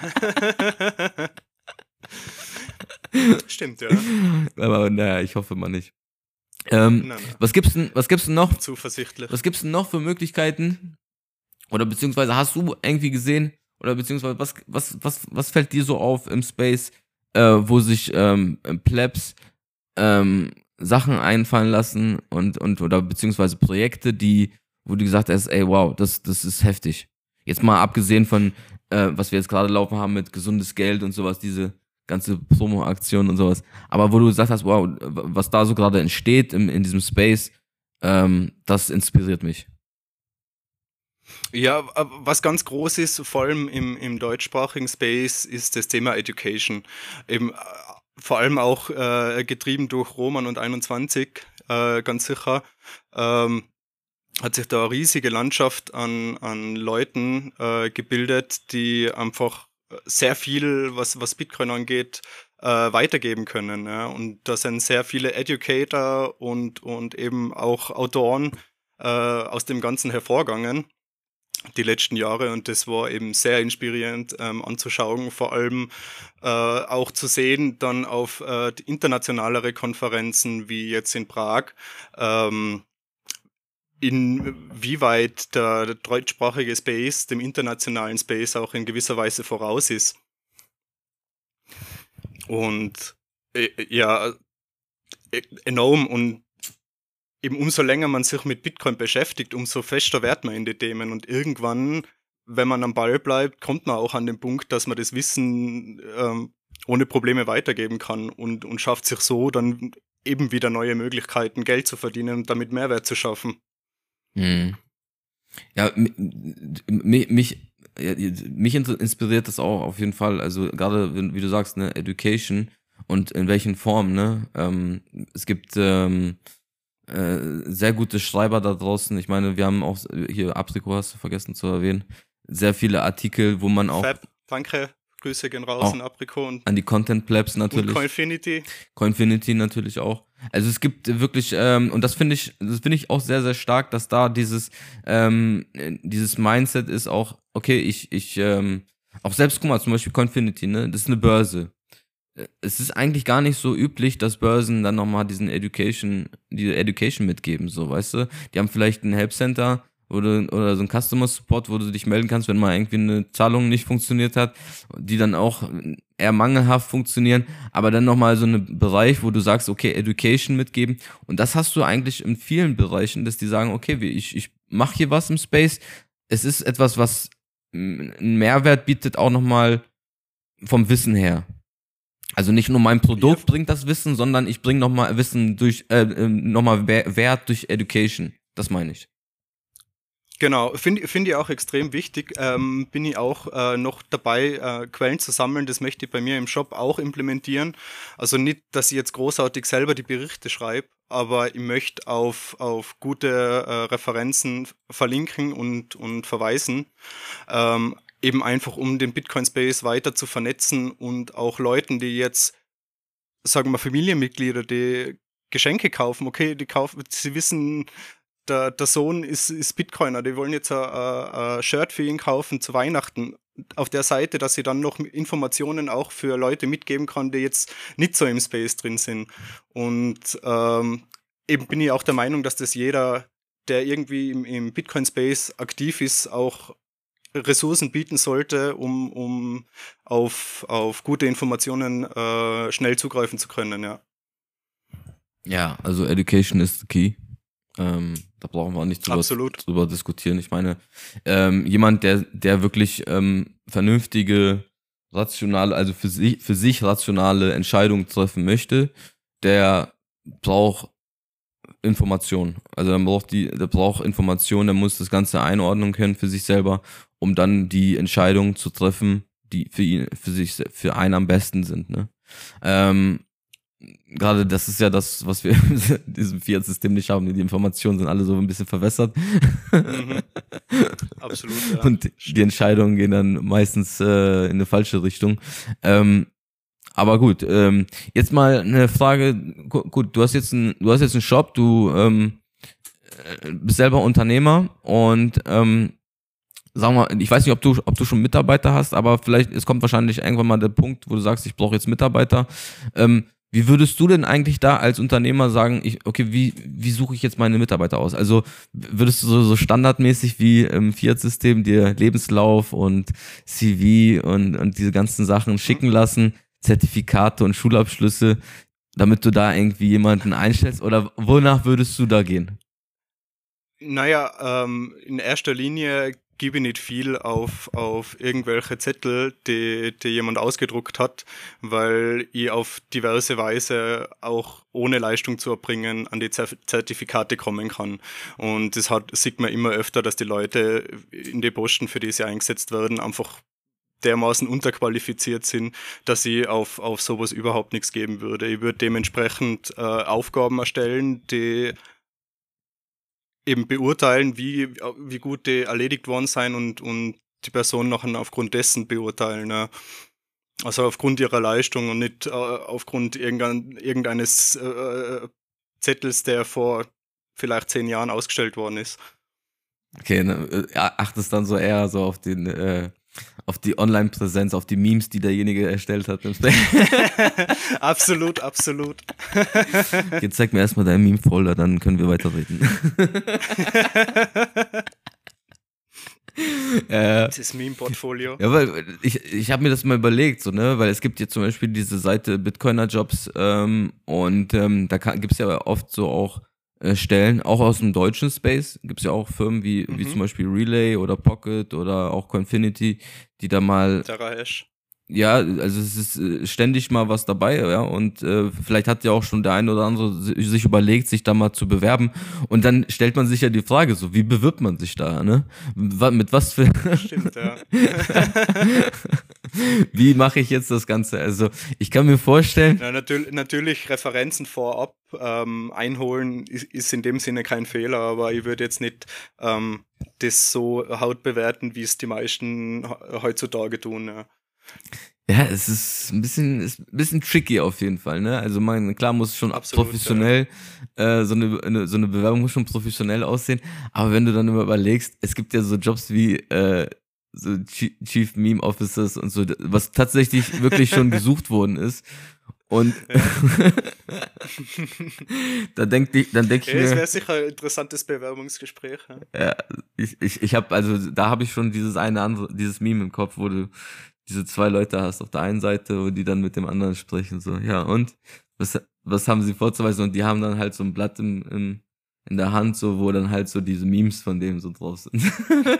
Stimmt, ja. Aber naja, ich hoffe mal nicht. Ähm, Nein, nein. Was gibt's denn, was gibt's denn noch? Zuversichtlich. Was gibt's denn noch für Möglichkeiten? Oder beziehungsweise hast du irgendwie gesehen? Oder beziehungsweise was, was, was, was fällt dir so auf im Space, äh, wo sich ähm, Plebs ähm, Sachen einfallen lassen und, und oder beziehungsweise Projekte, die, wo du gesagt hast, ey, wow, das, das ist heftig. Jetzt mal abgesehen von, äh, was wir jetzt gerade laufen haben mit gesundes Geld und sowas, diese ganze Promo-Aktion und sowas. Aber wo du gesagt hast, wow, was da so gerade entsteht im, in diesem Space, ähm, das inspiriert mich. Ja, was ganz groß ist, vor allem im, im deutschsprachigen Space, ist das Thema Education. Eben, äh, vor allem auch äh, getrieben durch Roman und einundzwanzig, äh, ganz sicher, ähm, hat sich da eine riesige Landschaft an, an Leuten äh, gebildet, die einfach sehr viel, was, was Bitcoin angeht, äh, weitergeben können. Ja? Und da sind sehr viele Educator und, und eben auch Autoren äh, aus dem Ganzen hervorgegangen die letzten Jahre, und das war eben sehr inspirierend ähm, anzuschauen, vor allem äh, auch zu sehen dann auf äh, die internationalere Konferenzen wie jetzt in Prag, ähm, inwieweit der, der deutschsprachige Space dem internationalen Space auch in gewisser Weise voraus ist. Und äh, ja, äh, enorm. Und eben umso länger man sich mit Bitcoin beschäftigt, umso fester wird man in die Themen. Und irgendwann, wenn man am Ball bleibt, kommt man auch an den Punkt, dass man das Wissen ähm, ohne Probleme weitergeben kann und, und schafft sich so dann eben wieder neue Möglichkeiten, Geld zu verdienen und damit Mehrwert zu schaffen. Hm. Ja, mich, mich, mich inspiriert das auch auf jeden Fall. Also gerade, wie du sagst, ne, Education und in welchen Formen, ne? Ähm, es gibt ähm, äh, sehr gute Schreiber da draußen. Ich meine, wir haben auch hier Apriko, hast du vergessen zu erwähnen, sehr viele Artikel, wo man auch Fab, danke, Grüße gehen raus an Apriko und an die Content Plebs natürlich. Und Coinfinity. Coinfinity natürlich auch. Also es gibt wirklich, ähm, und das finde ich, das finde ich auch sehr, sehr stark, dass da dieses, ähm, dieses Mindset ist auch, okay, ich, ich, ähm, auch selbst, guck mal, zum Beispiel Coinfinity, ne, das ist eine Börse. Es ist eigentlich gar nicht so üblich, dass Börsen dann nochmal diesen Education, diese Education mitgeben, so, weißt du? Die haben vielleicht ein Help Center oder, oder so ein Customer Support, wo du dich melden kannst, wenn mal irgendwie eine Zahlung nicht funktioniert hat, die dann auch eher mangelhaft funktionieren, aber dann nochmal so ein Bereich, wo du sagst, okay, Education mitgeben, und das hast du eigentlich in vielen Bereichen, dass die sagen, okay, ich, ich mache hier was im Space, es ist etwas, was einen Mehrwert bietet, auch nochmal vom Wissen her. Also nicht nur mein Produkt bringt das Wissen, sondern ich bringe nochmal Wissen durch, äh, nochmal Wert durch Education, das meine ich. Genau, finde find ich auch extrem wichtig. Ähm, bin ich auch äh, noch dabei, äh, Quellen zu sammeln. Das möchte ich bei mir im Shop auch implementieren. Also nicht, dass ich jetzt großartig selber die Berichte schreibe, aber ich möchte auf, auf gute äh, Referenzen verlinken und, und verweisen. Ähm, eben einfach, um den Bitcoin-Space weiter zu vernetzen und auch Leuten, die jetzt, sagen wir, Familienmitglieder, die Geschenke kaufen, okay, die kaufen, sie wissen, Der, der Sohn ist, ist Bitcoiner, die wollen jetzt ein, ein Shirt für ihn kaufen zu Weihnachten. Auf der Seite, dass sie dann noch Informationen auch für Leute mitgeben kann, die jetzt nicht so im Space drin sind. Und ähm, eben bin ich auch der Meinung, dass das jeder, der irgendwie im, im Bitcoin-Space aktiv ist, auch Ressourcen bieten sollte, um, um auf, auf gute Informationen äh, schnell zugreifen zu können, ja. Ja, also Education is the key. Ähm, da brauchen wir auch nicht drüber, drüber diskutieren. Ich meine, ähm, jemand, der, der wirklich ähm, vernünftige, rationale, also für sich, für sich rationale Entscheidungen treffen möchte, der braucht Information. Also der braucht die, der braucht Information, der muss das Ganze einordnen können für sich selber, um dann die Entscheidungen zu treffen, die für ihn, für sich, für einen am besten sind. Ne? Ähm, Gerade das ist ja das, was wir in diesem Fiat-System nicht haben. Die Informationen sind alle so ein bisschen verwässert. Mhm. Absolut, ja. Und die Entscheidungen gehen dann meistens äh, in eine falsche Richtung. Ähm, aber gut, ähm, jetzt mal eine Frage. Gut, du hast jetzt einen, du hast jetzt einen Shop, du ähm, bist selber Unternehmer und ähm, sagen wir, ich weiß nicht, ob du, ob du schon Mitarbeiter hast, aber vielleicht, es kommt wahrscheinlich irgendwann mal der Punkt, wo du sagst, ich brauche jetzt Mitarbeiter. Ähm, wie würdest du denn eigentlich da als Unternehmer sagen, ich, okay, wie, wie suche ich jetzt meine Mitarbeiter aus? Also würdest du so, so standardmäßig wie im Fiat-System dir Lebenslauf und C V und, und diese ganzen Sachen schicken lassen, Zertifikate und Schulabschlüsse, damit du da irgendwie jemanden einstellst? Oder wonach würdest du da gehen? Naja, ähm, in erster Linie gebe ich nicht viel auf, auf irgendwelche Zettel, die, die jemand ausgedruckt hat, weil ich auf diverse Weise auch ohne Leistung zu erbringen an die Zertifikate kommen kann. Und das hat, sieht man immer öfter, dass die Leute in die Posten, für die sie eingesetzt werden, einfach dermaßen unterqualifiziert sind, dass ich auf, auf sowas überhaupt nichts geben würde. Ich würde dementsprechend äh, Aufgaben erstellen, die eben beurteilen, wie, wie gut die erledigt worden sein und, und die Person nachher aufgrund dessen beurteilen. Ja. Also aufgrund ihrer Leistung und nicht äh, aufgrund irgendein, irgendeines äh, Zettels, der vor vielleicht zehn Jahren ausgestellt worden ist. Okay, ne, achtest dann so eher so auf den äh, auf die Online-Präsenz, auf die Memes, die derjenige erstellt hat. Absolut, absolut. Jetzt zeig mir erstmal deinen Meme-Folder, dann können wir weiterreden. äh, das Meme-Portfolio. Ja, weil ich, ich habe mir das mal überlegt, so, ne, weil es gibt jetzt zum Beispiel diese Seite Bitcoiner Jobs ähm, und ähm, da gibt es ja oft so auch äh, Stellen, auch aus dem deutschen Space, gibt es ja auch Firmen wie, mhm. wie zum Beispiel Relay oder Pocket oder auch Coinfinity, die da mal Terrahash. Ja, also es ist äh, ständig mal was dabei, ja, und äh, vielleicht hat ja auch schon der eine oder andere si- sich überlegt, sich da mal zu bewerben und dann stellt man sich ja die Frage so, wie bewirbt man sich da, ne? W- mit was für... Stimmt, ja. Wie mache ich jetzt das Ganze? Also ich kann mir vorstellen... Ja, natürlich, natürlich Referenzen vorab ähm, einholen ist, ist in dem Sinne kein Fehler, aber ich würde jetzt nicht ähm, das so haut bewerten, wie es die meisten heutzutage tun, ja. Ja, es ist ein bisschen, ist ein bisschen tricky auf jeden Fall, ne? Also man, klar muss schon Absolut, professionell, ja. äh, so eine, eine, so eine Bewerbung muss schon professionell aussehen, aber wenn du dann immer überlegst, es gibt ja so Jobs wie, äh, so Chief Meme Officers und so, was tatsächlich wirklich schon gesucht worden ist. Und ja. da denk ich, dann denke ich ja, mir, das wäre sicher ein interessantes Bewerbungsgespräch. Ja, ja ich, ich, ich habe also, da habe ich schon dieses eine andere, dieses Meme im Kopf, wo du diese zwei Leute hast auf der einen Seite, wo die dann mit dem anderen sprechen, so, ja, und was, was haben sie vorzuweisen? Und die haben dann halt so ein Blatt im, im, in der Hand, so, wo dann halt so diese Memes von dem so drauf sind. Super,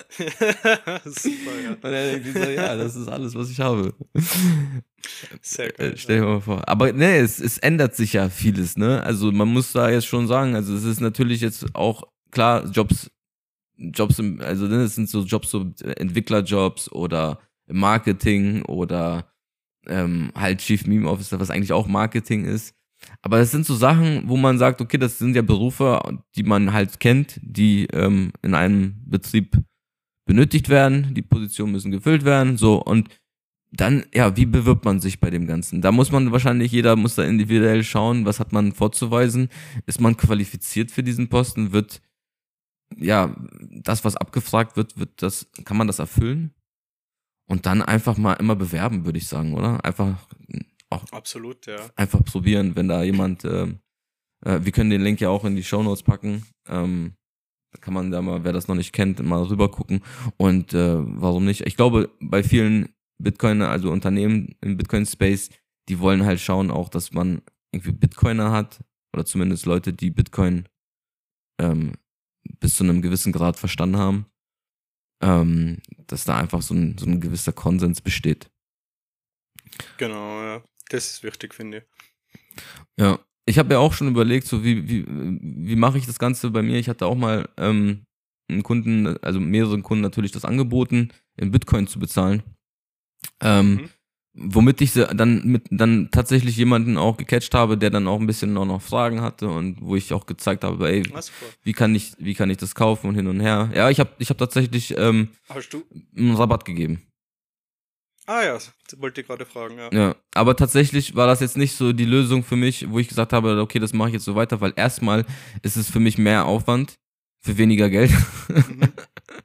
ja. Und dann denkt die so, ja, das ist alles, was ich habe. Sehr geil. Äh, stell dir mal vor. Aber ne, es, es ändert sich ja vieles, ne? Also man muss da jetzt schon sagen, also es ist natürlich jetzt auch, klar, Jobs, Jobs, im, also ne, es sind so Jobs, so Entwicklerjobs oder Marketing oder ähm, halt Chief Meme Officer, was eigentlich auch Marketing ist. Aber das sind so Sachen, wo man sagt, okay, das sind ja Berufe, die man halt kennt, die ähm, in einem Betrieb benötigt werden, die Positionen müssen gefüllt werden, so, und dann, ja, wie bewirbt man sich bei dem Ganzen? Da muss man wahrscheinlich, jeder muss da individuell schauen, was hat man vorzuweisen, ist man qualifiziert für diesen Posten, wird, ja, das, was abgefragt wird, wird das, kann man das erfüllen? Und dann einfach mal immer bewerben, würde ich sagen, oder? Einfach auch Absolut, ja. Einfach probieren, wenn da jemand, ähm, äh, wir können den Link ja auch in die Shownotes packen, ähm, da kann man da mal, wer das noch nicht kennt, mal rüber gucken und äh, warum nicht? Ich glaube, bei vielen Bitcoiner, also Unternehmen im Bitcoin-Space, die wollen halt schauen auch, dass man irgendwie Bitcoiner hat oder zumindest Leute, die Bitcoin ähm, bis zu einem gewissen Grad verstanden haben. Ähm, dass da einfach so ein, so ein gewisser Konsens besteht. Genau, ja. Das ist wichtig, finde ich. Ja, ich habe ja auch schon überlegt, so wie, wie, wie mache ich das Ganze bei mir? Ich hatte auch mal ähm, einen Kunden, also mehreren Kunden natürlich das angeboten, in Bitcoin zu bezahlen. Ähm, mhm. Womit ich dann mit dann tatsächlich jemanden auch gecatcht habe, der dann auch ein bisschen noch, noch Fragen hatte und wo ich auch gezeigt habe, ey, wie kann ich wie kann ich das kaufen und hin und her. Ja, ich habe ich habe tatsächlich ähm, Hast du? einen Rabatt gegeben. Ah ja, das wollte ich gerade fragen, ja. Ja, aber tatsächlich war das jetzt nicht so die Lösung für mich, wo ich gesagt habe, okay, das mache ich jetzt so weiter, weil erstmal ist es für mich mehr Aufwand für weniger Geld. Mhm.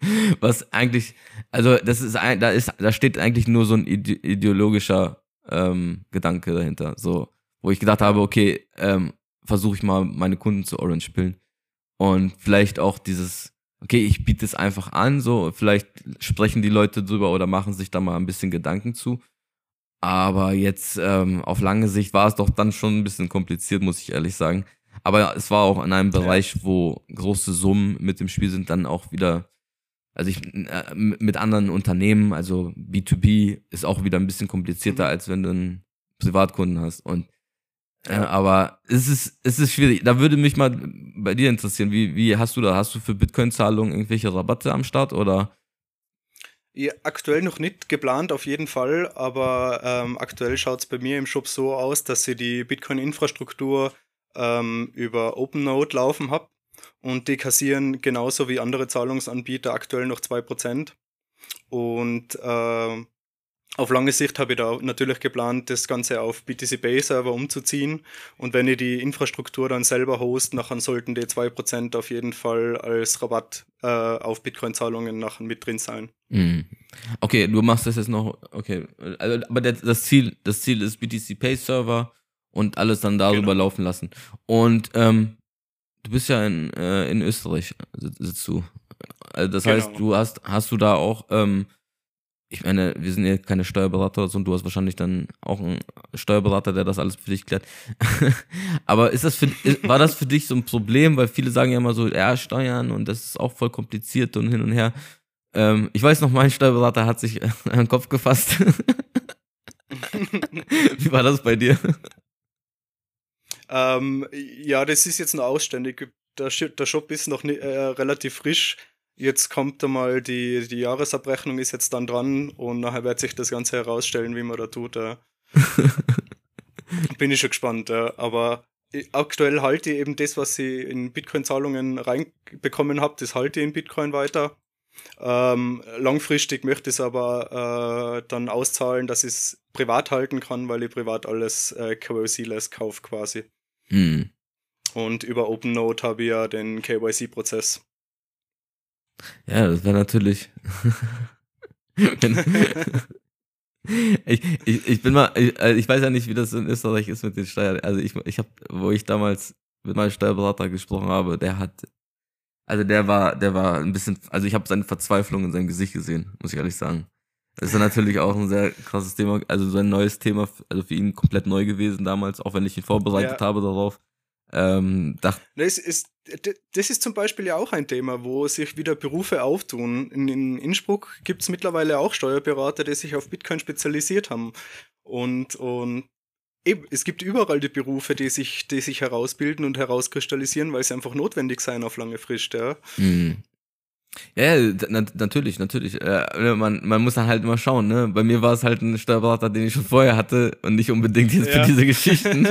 Was eigentlich, also das ist ein, da ist, da steht eigentlich nur so ein ide- ideologischer ähm, Gedanke dahinter, so, wo ich gedacht habe, okay, ähm, versuche ich mal meine Kunden zu Orange pillen und vielleicht auch dieses, okay, ich biete es einfach an, so, vielleicht sprechen die Leute drüber oder machen sich da mal ein bisschen Gedanken zu, aber jetzt ähm, auf lange Sicht war es doch dann schon ein bisschen kompliziert, muss ich ehrlich sagen. Aber es war auch in einem Bereich, wo große Summen mit dem Spiel sind, dann auch wieder, also ich äh, mit anderen Unternehmen, also B zwei B ist auch wieder ein bisschen komplizierter, Mhm. als wenn du einen Privatkunden hast. Und äh, Ja. aber es ist, es ist schwierig. Da würde mich mal bei dir interessieren, wie, wie hast du da, hast du für Bitcoin-Zahlungen irgendwelche Rabatte am Start oder? Ja, aktuell noch nicht geplant, auf jeden Fall, aber ähm, aktuell schaut es bei mir im Shop so aus, dass ich die Bitcoin-Infrastruktur ähm, über OpenNode laufen habe und die kassieren genauso wie andere Zahlungsanbieter aktuell noch zwei Prozent. Und ähm, auf lange Sicht habe ich da natürlich geplant, das Ganze auf B T C Pay Server umzuziehen. Und wenn ich die Infrastruktur dann selber host, nachher sollten die zwei Prozent auf jeden Fall als Rabatt äh, auf Bitcoin-Zahlungen nachher mit drin sein. Mhm. Okay, du machst das jetzt noch, okay, also, aber der, das Ziel, das Ziel ist B T C Pay Server und alles dann darüber Genau. laufen lassen. Und ähm, du bist ja in, äh, in Österreich, sitzt du. Also das Genau. heißt, du hast, hast du da auch, ähm, ich meine, wir sind ja keine Steuerberater oder so, und du hast wahrscheinlich dann auch einen Steuerberater, der das alles für dich klärt. Aber ist das für, ist, war das für dich so ein Problem? Weil viele sagen ja immer so, ja, Steuern und das ist auch voll kompliziert und hin und her. Ähm, ich weiß noch, mein Steuerberater hat sich an den Kopf gefasst. Wie war das bei dir? Ähm, ja, das ist jetzt noch ausständig. Der, Sch- der Shop ist noch ni- äh, relativ frisch. Jetzt kommt einmal die, die Jahresabrechnung ist jetzt dann dran und nachher wird sich das Ganze herausstellen, wie man da tut. Äh. Bin ich schon gespannt. Äh. Aber i- aktuell halte ich eben das, was ich in Bitcoin-Zahlungen reinbekommen habe, das halte ich in Bitcoin weiter. Ähm, langfristig möchte ich es aber äh, dann auszahlen, dass ich es privat halten kann, weil ich privat alles äh, K Y C-less kaufe quasi. Hm. Und über OpenNode habe ich ja den K Y C-Prozess. Ja, das wäre natürlich. Wenn- ich, ich, ich bin mal, ich, also ich weiß ja nicht, wie das in Österreich ist mit den Steuern. Also ich, ich habe, wo ich damals mit meinem Steuerberater gesprochen habe, der hat, also der war, der war ein bisschen, also ich habe seine Verzweiflung in seinem Gesicht gesehen, muss ich ehrlich sagen. Das ist ja natürlich auch ein sehr krasses Thema, also so ein neues Thema, also für ihn komplett neu gewesen damals, auch wenn ich ihn vorbereitet Ja. habe darauf. Ähm, dachte, Das ist, das ist zum Beispiel ja auch ein Thema, wo sich wieder Berufe auftun. In, in Innsbruck gibt es mittlerweile auch Steuerberater, die sich auf Bitcoin spezialisiert haben. Und, und eben, es gibt überall die Berufe, die sich, die sich herausbilden und herauskristallisieren, weil sie einfach notwendig sein auf lange Frist. Ja. hm. Ja, na, natürlich, natürlich. Äh, man, man muss dann halt immer schauen, ne? Bei mir war es halt ein Steuerberater, den ich schon vorher hatte und nicht unbedingt jetzt Ja. für diese Geschichten.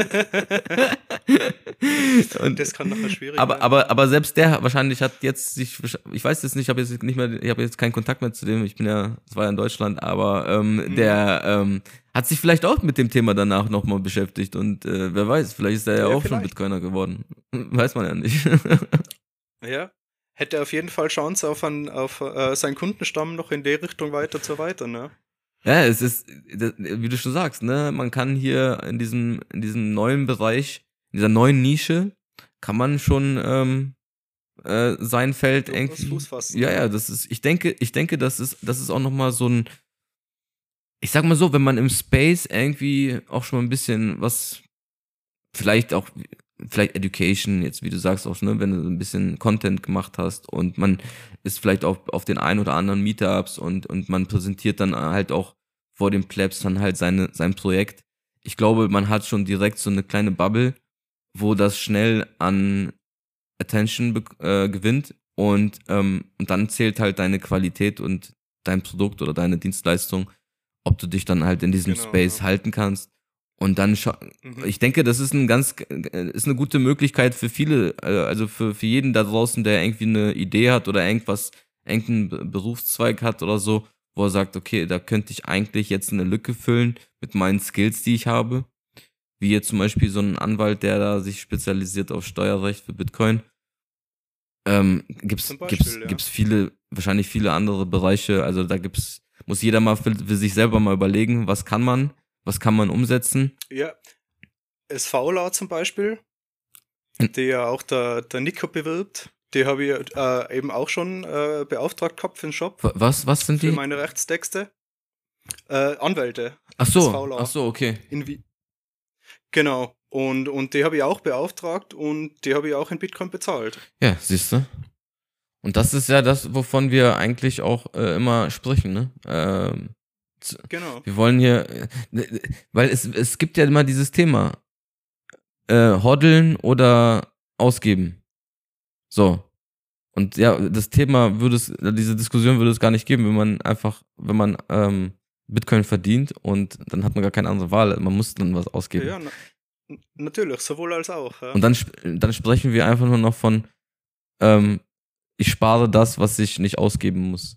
und, Das kann nachher schwierig aber, werden. aber, aber selbst der wahrscheinlich hat jetzt sich, ich weiß jetzt nicht, ich habe jetzt nicht mehr, ich habe jetzt keinen Kontakt mehr zu dem, ich bin ja, das war ja in Deutschland, aber ähm, Mhm. der ähm, hat sich vielleicht auch mit dem Thema danach nochmal beschäftigt und äh, wer weiß, vielleicht ist er ja, Ja, auch schon vielleicht. Bitcoiner geworden. Weiß man ja nicht. Ja. Hätte auf jeden Fall Chance auf, ein, auf äh, seinen Kundenstamm noch in die Richtung weiter zu erweitern. Ne? Ja, es ist, das- wie du schon sagst, ne, man kann hier in diesem, in diesem neuen Bereich, in dieser neuen Nische, kann man schon ähm, äh, sein Feld Durchaus irgendwie. Fuß fassen. Ja, ja, das ist, ich denke, ich denke, das ist, das ist auch nochmal so ein, ich sag mal so, wenn man im Space irgendwie auch schon mal ein bisschen was, vielleicht auch, vielleicht Education, jetzt wie du sagst auch, ne, wenn du so ein bisschen Content gemacht hast und man ist vielleicht auch auf den ein oder anderen Meetups und, und man präsentiert dann halt auch vor den Plebs dann halt seine, sein Projekt. Ich glaube, man hat schon direkt so eine kleine Bubble, wo das schnell an Attention be- äh, gewinnt und, ähm, und dann zählt halt deine Qualität und dein Produkt oder deine Dienstleistung, ob du dich dann halt in diesem Genau, Space ja. halten kannst. Und dann, scha- Mhm. ich denke, das ist ein ganz, ist eine gute Möglichkeit für viele, äh, also für, für jeden da draußen, der irgendwie eine Idee hat oder irgendwas, irgendeinen Be- Berufszweig hat oder so, wo er sagt, okay, da könnte ich eigentlich jetzt eine Lücke füllen mit meinen Skills, die ich habe. Wie jetzt zum Beispiel so ein Anwalt, der da sich spezialisiert auf Steuerrecht für Bitcoin. Ähm, gibt's, Zum Beispiel, gibt's, ja. gibt's viele, wahrscheinlich viele andere Bereiche, also da gibt's, muss jeder mal für, für sich selber mal überlegen, was kann man, was kann man umsetzen. Ja. S V L A zum Beispiel, Hm. die ja auch der, der Nico bewirbt, die habe ich äh, eben auch schon äh, beauftragt gehabt für den Shop, Wa- Was, was sind für die? meine Rechtstexte. Äh, Anwälte. Ach so, S V L A. ach so, okay. In Wien. Genau. Und, und die habe ich auch beauftragt und die habe ich auch in Bitcoin bezahlt. Ja, siehst du. Und das ist ja das, wovon wir eigentlich auch äh, immer sprechen, ne? Ähm, z- Genau. wir wollen hier, äh, weil es, es gibt ja immer dieses Thema, äh, hoddeln oder ausgeben. So. Und ja, das Thema würde es, diese Diskussion würde es gar nicht geben, wenn man einfach, wenn man ähm, Bitcoin verdient und dann hat man gar keine andere Wahl. Man muss dann was ausgeben. Ja, na, n- natürlich, sowohl als auch. Ja. Und dann, sp- dann sprechen wir einfach nur noch von, ähm, ich spare das, was ich nicht ausgeben muss.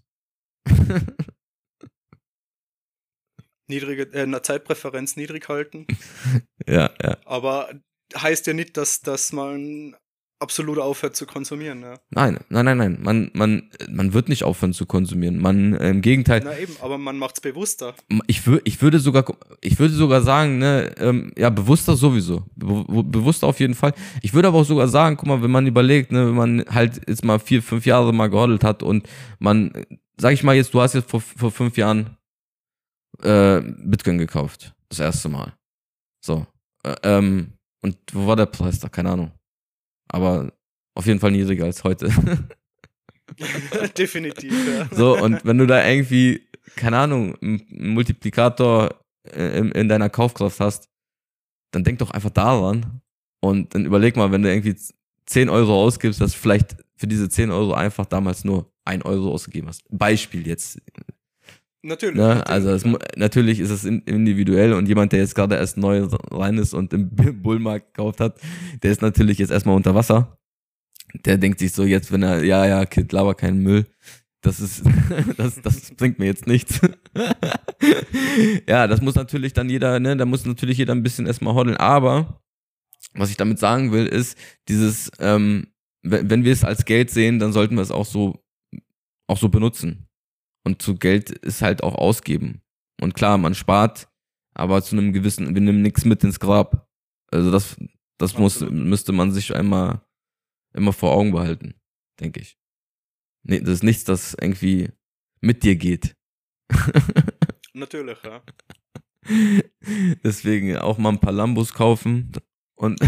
Niedrige äh, eine Zeitpräferenz niedrig halten. Ja, ja. Aber heißt ja nicht, dass, dass man absolut aufhört zu konsumieren. Ja. Nein, nein, nein, nein. Man, man, man wird nicht aufhören zu konsumieren. Man, äh, im Gegenteil, Na eben, aber man macht es bewusster. ich, wür, ich würde sogar, ich würde sogar sagen, ne, ähm, ja, bewusster sowieso. Be bewusster auf jeden Fall. Ich würde aber auch sogar sagen, guck mal, wenn man überlegt, ne, wenn man halt jetzt mal vier, fünf Jahre mal gehodelt hat und man, sag ich mal jetzt, du hast jetzt vor, vor fünf Jahren äh, Bitcoin gekauft. Das erste Mal. So. Äh, ähm, und wo war der Preis da? Keine Ahnung. Aber auf jeden Fall niedriger als heute. Definitiv, ja. So, und wenn du da irgendwie, keine Ahnung, einen Multiplikator äh, in, in deiner Kaufkraft hast, dann denk doch einfach daran und dann überleg mal, wenn du irgendwie zehn Euro ausgibst, dass du vielleicht für diese zehn Euro einfach damals nur ein Euro ausgegeben hast. Beispiel jetzt. Natürlich. Ne? natürlich. Also es, mu- natürlich ist es in- individuell und jemand, der jetzt gerade erst neu rein ist und im Bullmarkt gekauft hat, der ist natürlich jetzt erstmal unter Wasser. Der denkt sich so jetzt, wenn er, ja, ja, Kid, laber keinen Müll. Das ist, das, das bringt mir jetzt nichts. Ja, das muss natürlich dann jeder, ne, da muss natürlich jeder ein bisschen erstmal hoddeln. Aber, was ich damit sagen will, ist, dieses, ähm, wenn, wenn wir es als Geld sehen, dann sollten wir es auch so, auch so benutzen. Und zu Geld ist halt auch ausgeben. Und klar, man spart, aber zu einem gewissen, wir nehmen nichts mit ins Grab. Also das, das muss, Absolut. müsste man sich einmal immer vor Augen behalten, denke ich. Nee, das ist nichts, das irgendwie mit dir geht. Natürlich, ja. Deswegen auch mal ein paar Lambos kaufen und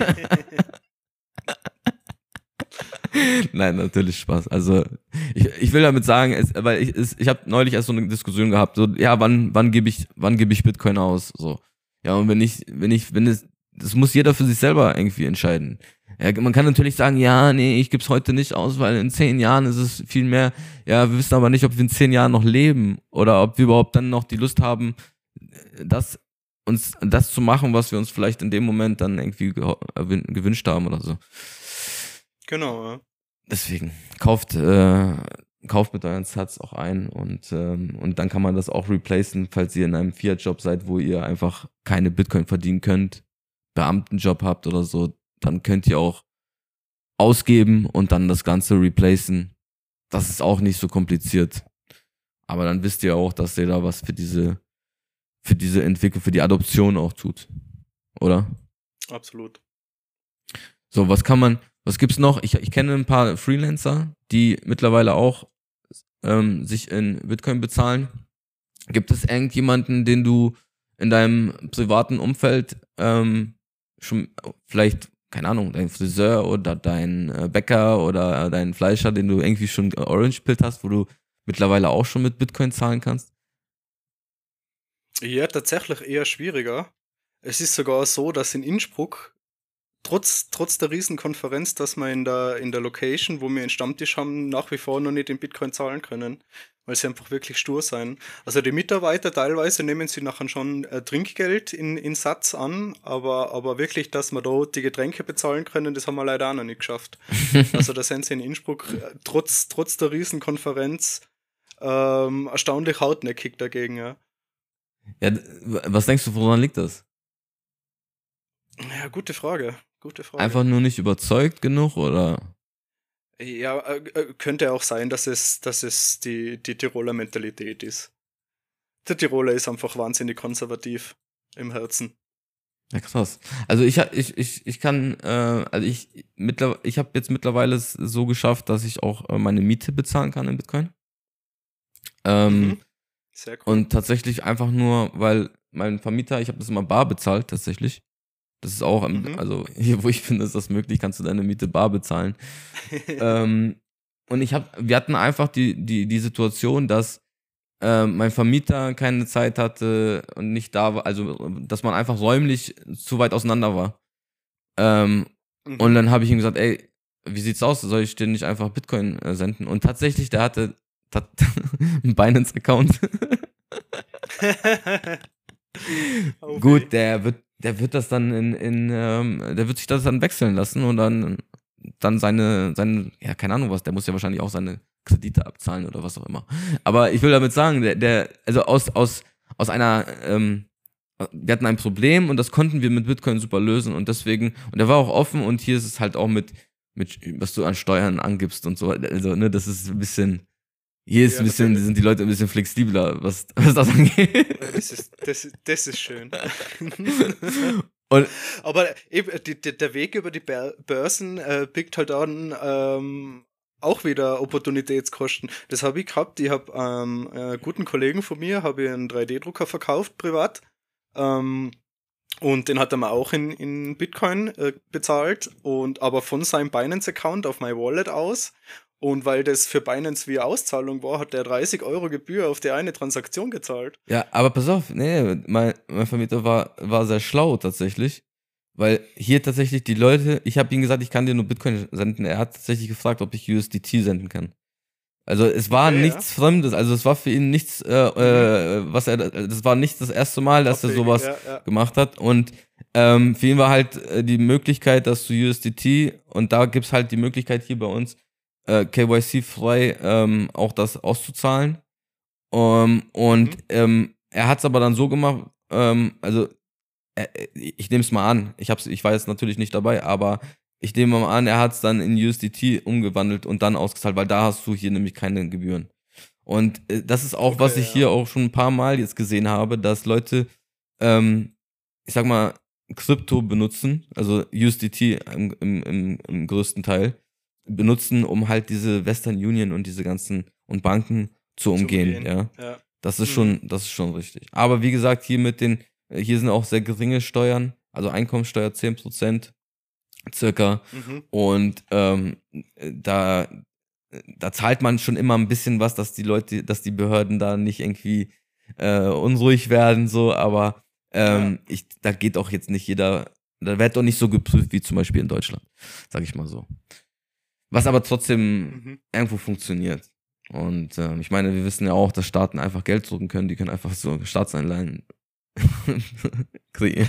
nein, natürlich Spaß. Also ich, ich will damit sagen, es, weil ich, es, ich habe neulich erst so eine Diskussion gehabt, so ja, wann wann gebe ich wann gebe ich Bitcoin aus, so ja und wenn ich wenn ich wenn es das muss jeder für sich selber irgendwie entscheiden. Ja, man kann natürlich sagen, ja, nee, ich gebe es heute nicht aus, weil in zehn Jahren ist es viel mehr. Ja, wir wissen aber nicht, ob wir in zehn Jahren noch leben oder ob wir überhaupt dann noch die Lust haben, das uns das zu machen, was wir uns vielleicht in dem Moment dann irgendwie geho- erwin- gewünscht haben oder so. Genau, ja. Deswegen, kauft, äh, kauft mit euren Sats auch ein und, ähm, und dann kann man das auch replacen, falls ihr in einem Fiat-Job seid, wo ihr einfach keine Bitcoin verdienen könnt, Beamtenjob habt oder so, dann könnt ihr auch ausgeben und dann das Ganze replacen. Das ist auch nicht so kompliziert. Aber dann wisst ihr auch, dass ihr da was für diese, für diese Entwicklung, für die Adoption auch tut. Oder? Absolut. So, was kann man, was gibt's noch? Ich, ich kenne ein paar Freelancer, die mittlerweile auch ähm, sich in Bitcoin bezahlen. Gibt es irgendjemanden, den du in deinem privaten Umfeld ähm, schon vielleicht, keine Ahnung, dein Friseur oder dein äh, Bäcker oder dein Fleischer, den du irgendwie schon orange-pillt hast, wo du mittlerweile auch schon mit Bitcoin zahlen kannst? Ja, tatsächlich eher schwieriger. Es ist sogar so, dass in Innsbruck, trotz, trotz der Riesenkonferenz, dass wir in der, in der Location, wo wir einen Stammtisch haben, nach wie vor noch nicht in Bitcoin zahlen können, weil sie einfach wirklich stur sein. Also die Mitarbeiter teilweise nehmen sie nachher schon äh, Trinkgeld in, in Satz an, aber, aber wirklich, dass wir da die Getränke bezahlen können, das haben wir leider auch noch nicht geschafft. Also da sind sie in Innsbruck äh, trotz, trotz der Riesenkonferenz ähm, erstaunlich hartnäckig dagegen, ja. Ja, d- was denkst du, woran liegt das? Ja, gute Frage. Gute Frage. Einfach nur nicht überzeugt genug oder? Ja, äh, könnte auch sein, dass es, dass es die, die Tiroler Mentalität ist. Der Tiroler ist einfach wahnsinnig konservativ im Herzen. Ja, krass. Also ich ich ich ich kann äh, also ich mittler ich habe jetzt mittlerweile es so geschafft, dass ich auch äh, meine Miete bezahlen kann in Bitcoin. Ähm, Mhm. Sehr cool. und tatsächlich einfach nur, weil mein Vermieter, ich habe das immer bar bezahlt tatsächlich. Das ist auch, im- Mhm. also hier, wo ich bin, ist das möglich, kannst du deine Miete bar bezahlen. ähm, und ich habe, wir hatten einfach die die die Situation, dass ähm, mein Vermieter keine Zeit hatte und nicht da war, also dass man einfach räumlich zu weit auseinander war. Ähm, Mhm. und dann habe ich ihm gesagt, ey, wie sieht's aus? Soll ich dir nicht einfach Bitcoin äh, senden? Und tatsächlich, der hatte tat, einen Binance-Account. Oh weh. Gut, der wird, der wird das dann in, in ähm, der wird sich das dann wechseln lassen und dann, dann seine, seine, ja, keine Ahnung was, der muss ja wahrscheinlich auch seine Kredite abzahlen oder was auch immer. Aber ich will damit sagen, der, der, also aus, aus, aus einer, ähm, wir hatten ein Problem und das konnten wir mit Bitcoin super lösen und deswegen, und der war auch offen und hier ist es halt auch mit, mit, was du an Steuern angibst und so, also, ne, das ist ein bisschen, hier ist Ja, ein bisschen, natürlich. sind die Leute ein bisschen flexibler, was, was das angeht. Das ist, das, ist- das ist schön. Und Aber eben, die, die, der Weg über die Bör- Börsen äh, birgt halt dann ähm, auch wieder Opportunitätskosten. Das habe ich gehabt. Ich habe ähm, äh, guten Kollegen von mir, habe ich einen drei D-Drucker verkauft, privat. Ähm, und den hat er mir auch in, in Bitcoin äh, bezahlt. Und aber von seinem Binance-Account auf mein Wallet aus. Und weil das für Binance wie Auszahlung war, hat der dreißig Euro Gebühr auf die eine Transaktion gezahlt. ja, aber pass auf, nee, mein, mein Vermieter war, war sehr schlau tatsächlich, weil hier tatsächlich die Leute, ich habe ihm gesagt, ich kann dir nur Bitcoin senden, er hat tatsächlich gefragt, ob ich U S D T senden kann. Also es war Okay, ja. nichts Fremdes, also es war für ihn nichts, äh, äh, was er, das war nicht das erste Mal, dass er Abwegig, sowas ja, ja. gemacht hat und ähm, für ihn war halt äh, die Möglichkeit, dass du U S D T und da gibt's halt die Möglichkeit hier bei uns, äh, K Y C-frei ähm, auch das auszuzahlen. Um, und Mhm. ähm, er hat es aber dann so gemacht, ähm, also äh, ich nehme es mal an, ich, hab's, ich war jetzt natürlich nicht dabei, aber ich nehme mal an, er hat es dann in U S D T umgewandelt und dann ausgezahlt, weil da hast du hier nämlich keine Gebühren. Und äh, das ist auch, Okay, was ich ja. hier auch schon ein paar Mal jetzt gesehen habe, dass Leute, ähm, ich sag mal, Krypto benutzen, also U S D T im, im, im, im größten Teil, benutzen, um halt diese Western Union und diese ganzen und Banken zu umgehen, umgehen, ja. ja. Das ist Mhm. schon, das ist schon richtig. Aber wie gesagt, hier mit den, äh, hier sind auch sehr geringe Steuern, also Einkommensteuer zehn Prozent circa. Mhm. Und ähm, äh, da, da zahlt man schon immer ein bisschen was, dass die Leute, dass die Behörden da nicht irgendwie äh, unruhig werden, so, aber ähm, ich, da geht auch jetzt nicht jeder, da wird doch nicht so geprüft wie zum Beispiel in Deutschland, sag ich mal so. Was aber trotzdem Mhm. irgendwo funktioniert. Und ähm, ich meine, wir wissen ja auch, dass Staaten einfach Geld drucken können, die können einfach so Staatsanleihen kreieren.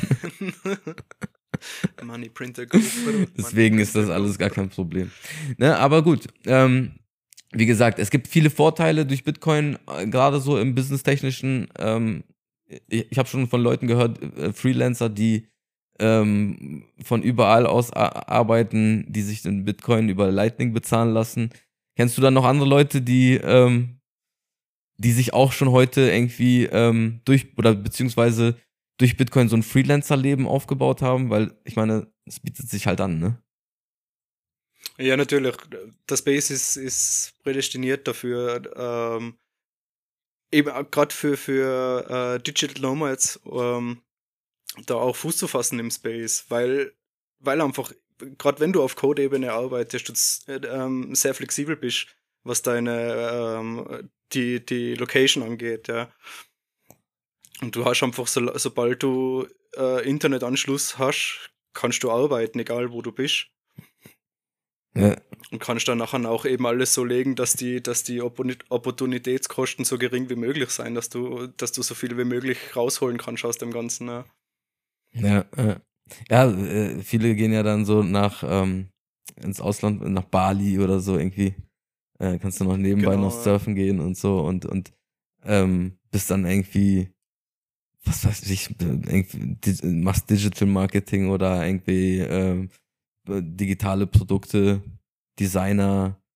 Money Printer Group. Deswegen ist das alles gar kein Problem. Ne, aber gut, ähm, wie gesagt, es gibt viele Vorteile durch Bitcoin, äh, gerade so im businesstechnischen. Ähm, ich ich habe schon von Leuten gehört, äh, Freelancer, die ähm, von überall aus a- arbeiten, die sich in Bitcoin über Lightning bezahlen lassen. Kennst du dann noch andere Leute, die, ähm, die sich auch schon heute irgendwie ähm, durch oder beziehungsweise durch Bitcoin so ein Freelancer-Leben aufgebaut haben? Weil ich meine, es bietet sich halt an, ne? Ja, natürlich. Der Space ist, ist prädestiniert dafür, ähm, eben gerade für, für äh, Digital Nomads ähm, da auch Fuß zu fassen im Space, weil, weil einfach, gerade wenn du auf Code-Ebene arbeitest, du z- äh, ähm, sehr flexibel bist, was deine ähm, die, die Location angeht, ja. Und du hast einfach, so, sobald du äh, Internetanschluss hast, kannst du arbeiten, egal wo du bist. Ja, Und kannst dann nachher auch eben alles so legen, dass die, dass die Oppor- Opportunitätskosten so gering wie möglich sein, dass du, dass du so viel wie möglich rausholen kannst aus dem Ganzen. Ja. ja, ja. Ja, äh, viele gehen ja dann so nach ähm, ins Ausland, nach Bali oder so irgendwie. Äh, kannst du noch nebenbei Genau, noch ja. surfen gehen und so und und ähm, bist dann irgendwie, was weiß ich, irgendwie, di- machst Digital Marketing oder irgendwie ähm, digitale Produkte, Designer,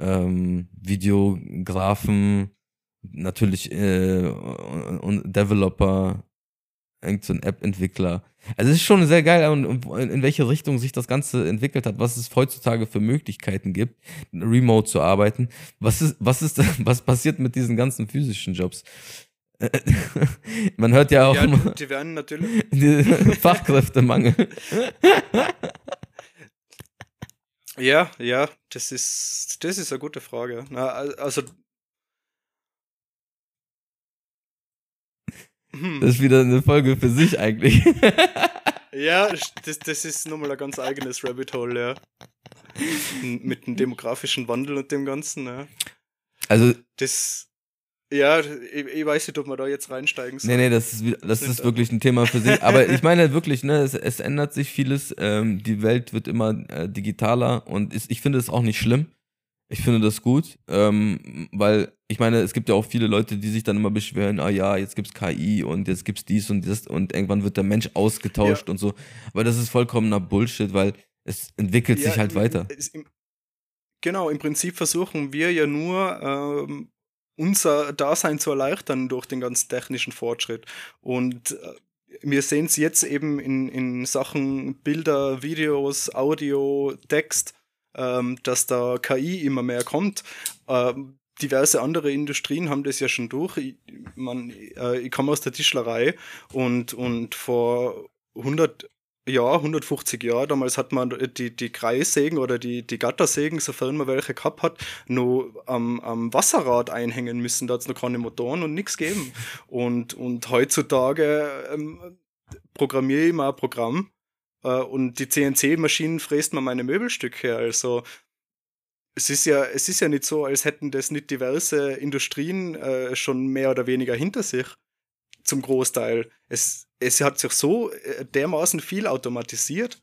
ähm, Videografen, natürlich äh, und, und Developer, irgend so ein App-Entwickler. Also es ist schon sehr geil, und, und in welche Richtung sich das Ganze entwickelt hat, was es heutzutage für Möglichkeiten gibt, remote zu arbeiten. Was ist, was ist, was passiert mit diesen ganzen physischen Jobs? Man hört ja auch Ja, immer die, die werden natürlich. die Fachkräftemangel. Ja, ja, das ist, das ist eine gute Frage. Na, al- also, hm, Das ist wieder eine Folge für sich eigentlich. ja, das, das ist nochmal ein ganz eigenes Rabbit Hole, ja. M- Mit dem demografischen Wandel und dem Ganzen, ja. Also, Das, ja, ich, ich weiß nicht, ob wir da jetzt reinsteigen nee, nee, das ist, wieder- das ist wirklich ein Thema für sich. Aber ich meine wirklich, ne, es, es ändert sich vieles. Ähm, die Welt wird immer äh, digitaler, und ist, ich finde es auch nicht schlimm. Ich finde das gut, ähm, weil ich meine, es gibt ja auch viele Leute, die sich dann immer beschweren, ah ja, jetzt gibt's K I und jetzt gibt's dies und das und irgendwann wird der Mensch ausgetauscht und so. Aber das ist vollkommener Bullshit, weil es entwickelt sich halt im- weiter. es- im, genau, im Prinzip versuchen wir ja nur, ähm, unser Dasein zu erleichtern durch den ganzen technischen Fortschritt. Und äh, wir sehen es jetzt eben in, in Sachen Bilder, Videos, Audio, Text, ähm, dass da K I immer mehr kommt. Ähm, diverse andere Industrien haben das ja schon durch. Ich, man, äh, ich komme aus der Tischlerei, und, und vor hundert Jahren, hundertfünfzig Jahren, damals hat man die, die Kreissägen oder die, die Gattersägen, sofern man welche gehabt hat, nur am, am Wasserrad einhängen müssen. Da hat es noch keine Motoren und nichts gegeben. Und, und heutzutage ähm, programmiere ich mal ein Programm, äh, und die C N C-Maschinen fräst mir meine Möbelstücke. Also es ist ja, es ist ja nicht so, als hätten das nicht diverse Industrien äh, schon mehr oder weniger hinter sich, zum Großteil. Es, es hat sich so äh, dermaßen viel automatisiert.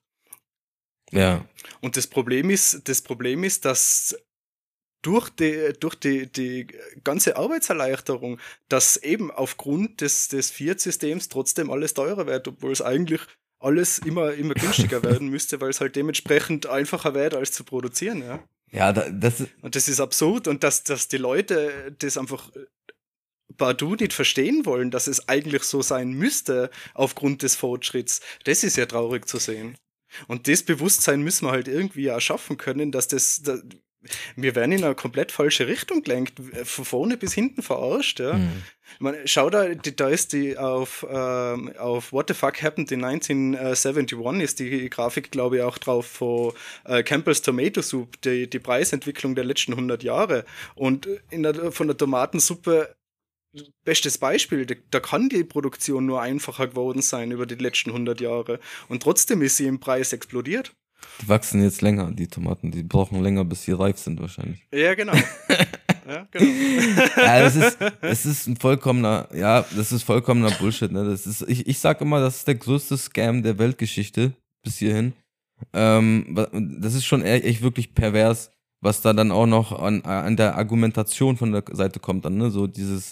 Ja. Und das Problem ist, das Problem ist, dass durch die, durch die, die ganze Arbeitserleichterung, dass eben aufgrund des, des Fiat-Systems trotzdem alles teurer wird, obwohl es eigentlich alles immer, immer günstiger werden müsste, weil es halt dementsprechend einfacher wird, als zu produzieren. Ja? Ja, da, das ist, Und das ist absurd, und dass, dass die Leute das einfach partout nicht verstehen wollen, dass es eigentlich so sein müsste aufgrund des Fortschritts, das ist ja traurig zu sehen. Und das Bewusstsein müssen wir halt irgendwie erschaffen können, dass das, da, wir werden in eine komplett falsche Richtung gelenkt, von vorne bis hinten verarscht. Ja. Mhm. Man, schau da, die, da ist die auf, ähm, auf What the Fuck Happened in neunzehnhunderteinundsiebzig ist die Grafik, glaube ich, auch drauf von äh, Campbell's Tomato Soup, die, die Preisentwicklung der letzten hundert Jahre. Und in der, von der Tomatensuppe, bestes Beispiel, da, da kann die Produktion nur einfacher geworden sein über die letzten hundert Jahre. Und trotzdem ist sie im Preis explodiert. die wachsen jetzt länger, die Tomaten. Die brauchen länger, bis sie reif sind wahrscheinlich. Ja, genau. ja, genau. Ja, das ist, das ist ein vollkommener, ja, das ist vollkommener Bullshit, ne? Das ist, ich, ich sag immer, das ist der größte Scam der Weltgeschichte bis hierhin. Ähm, das ist schon echt, echt wirklich pervers, was da dann auch noch an, an der Argumentation von der Seite kommt dann, ne? So dieses,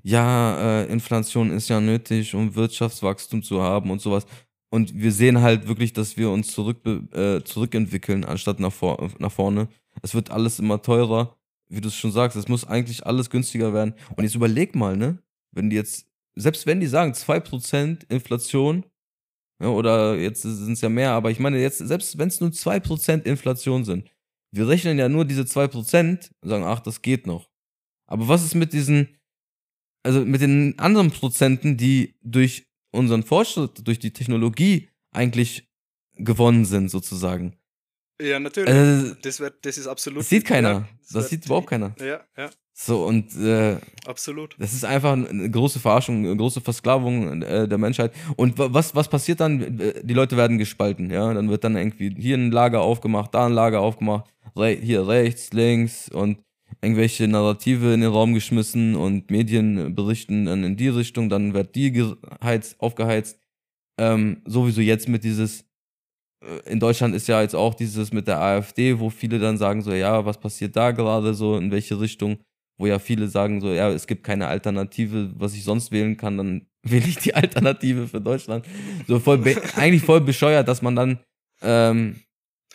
ja, äh, Inflation ist ja nötig, um Wirtschaftswachstum zu haben und sowas. Und wir sehen halt wirklich, dass wir uns zurück, äh, zurückentwickeln, anstatt nach, vor, nach vorne. Es wird alles immer teurer, wie du es schon sagst, es muss eigentlich alles günstiger werden. Und jetzt überleg mal, ne, wenn die jetzt, selbst wenn die sagen zwei Prozent Inflation, ja, oder jetzt sind es ja mehr, aber ich meine jetzt, selbst wenn es nur zwei Prozent Inflation sind, wir rechnen ja nur diese zwei Prozent und sagen, ach, das geht noch. Aber was ist mit diesen, also mit den anderen Prozenten, die durch unseren Fortschritt, durch die Technologie eigentlich gewonnen sind, sozusagen? Ja, natürlich. Also, das, wird, das ist absolut. das sieht keiner. Ja, das wird- sieht überhaupt keiner. Ja, ja, So, und äh, absolut. das ist einfach eine große Verarschung, eine große Versklavung äh, der Menschheit. Und wa- was, was passiert dann? Äh, Die Leute werden gespalten, ja. Dann wird dann irgendwie hier ein Lager aufgemacht, da ein Lager aufgemacht, re hier rechts, links und irgendwelche Narrative in den Raum geschmissen und Medien berichten dann in die Richtung, dann wird die geheizt, aufgeheizt. Ähm, sowieso jetzt mit dieses, äh, in Deutschland ist ja jetzt auch dieses mit der AfD, wo viele dann sagen so, ja, was passiert da gerade so, in welche Richtung? Wo ja viele sagen so, ja, es gibt keine Alternative, was ich sonst wählen kann, dann wähle ich die Alternative für Deutschland. So voll be- eigentlich voll bescheuert, dass man dann ähm,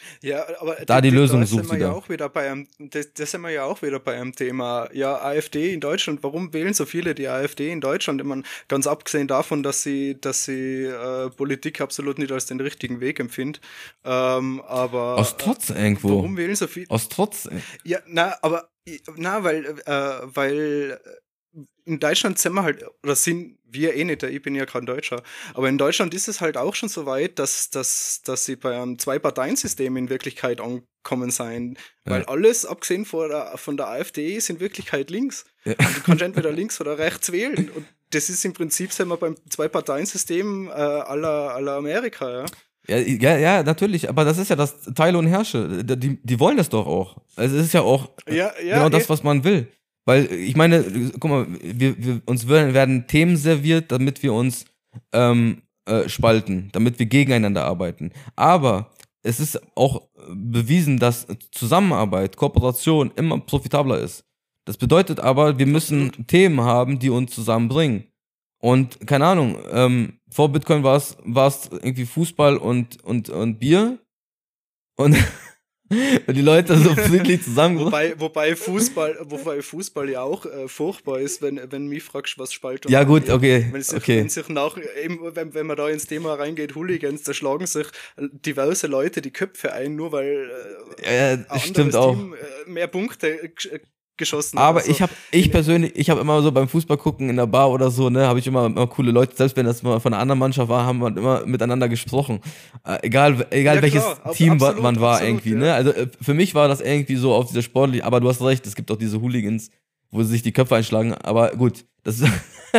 Ja, aber da die d- d- Lösung da sucht sind wir sie ja dann. auch wieder bei einem, das, das sind wir ja auch wieder bei einem Thema. Ja, AfD in Deutschland, warum wählen so viele die AfD in Deutschland? Ich meine, ganz abgesehen davon, dass sie, dass sie äh, Politik absolut nicht als den richtigen Weg empfindet. Ähm, aber Aus Trotz irgendwo. warum wählen so viele? Aus Trotz. ey. Ja, na, aber na, weil, äh, weil in Deutschland sind wir halt, oder sind wir eh nicht, ich bin ja kein Deutscher, aber in Deutschland ist es halt auch schon so weit, dass, dass, dass sie bei einem Zwei-Parteien-System in Wirklichkeit ankommen sein, weil Ja. alles, abgesehen von der, von der AfD, ist in Wirklichkeit links. Ja. Und du kannst entweder links oder rechts wählen und das ist im Prinzip, sind wir beim Zwei-Parteien-System äh, aller, aller Amerika, ja. Ja, ja, ja, natürlich, aber das ist ja das Teile und Herrsche. Die, die wollen das doch auch. Also es ist ja auch Ja, ja, genau das, eh. was man will. Weil, ich meine, guck mal, wir, wir, uns werden, werden Themen serviert, damit wir uns ähm, äh, spalten, damit wir gegeneinander arbeiten. Aber es ist auch bewiesen, dass Zusammenarbeit, Kooperation immer profitabler ist. Das bedeutet aber, wir müssen Absolut. Themen haben, die uns zusammenbringen. Und keine Ahnung, ähm, vor Bitcoin war es war es irgendwie Fußball und, und, und Bier. Und die Leute so friedlich zusammen. Wobei, wobei, Fußball, wobei Fußball ja auch äh, furchtbar ist, wenn, wenn mich fragst, was Spaltung Ja, gut, angeht. okay, Wenn sich, okay. wenn sich nach, eben, wenn, wenn man da ins Thema reingeht, Hooligans, da schlagen sich diverse Leute die Köpfe ein, nur weil äh, Ja, ein anderes stimmt auch. Team äh, mehr Punkte g- geschossen Aber hat. Also, ich habe, ich in- persönlich, ich habe immer so beim Fußball gucken in der Bar oder so, ne, habe ich immer, immer coole Leute, selbst wenn das mal von einer anderen Mannschaft war, haben wir immer miteinander gesprochen. Äh, egal, egal Ja, welches klar, ab- Team wa- absolut, man war absolut, irgendwie, ja. ne. Also äh, für mich war das irgendwie so auf dieser sportlich, aber du hast recht, es gibt auch diese Hooligans, wo sie sich die Köpfe einschlagen, aber gut, das ist,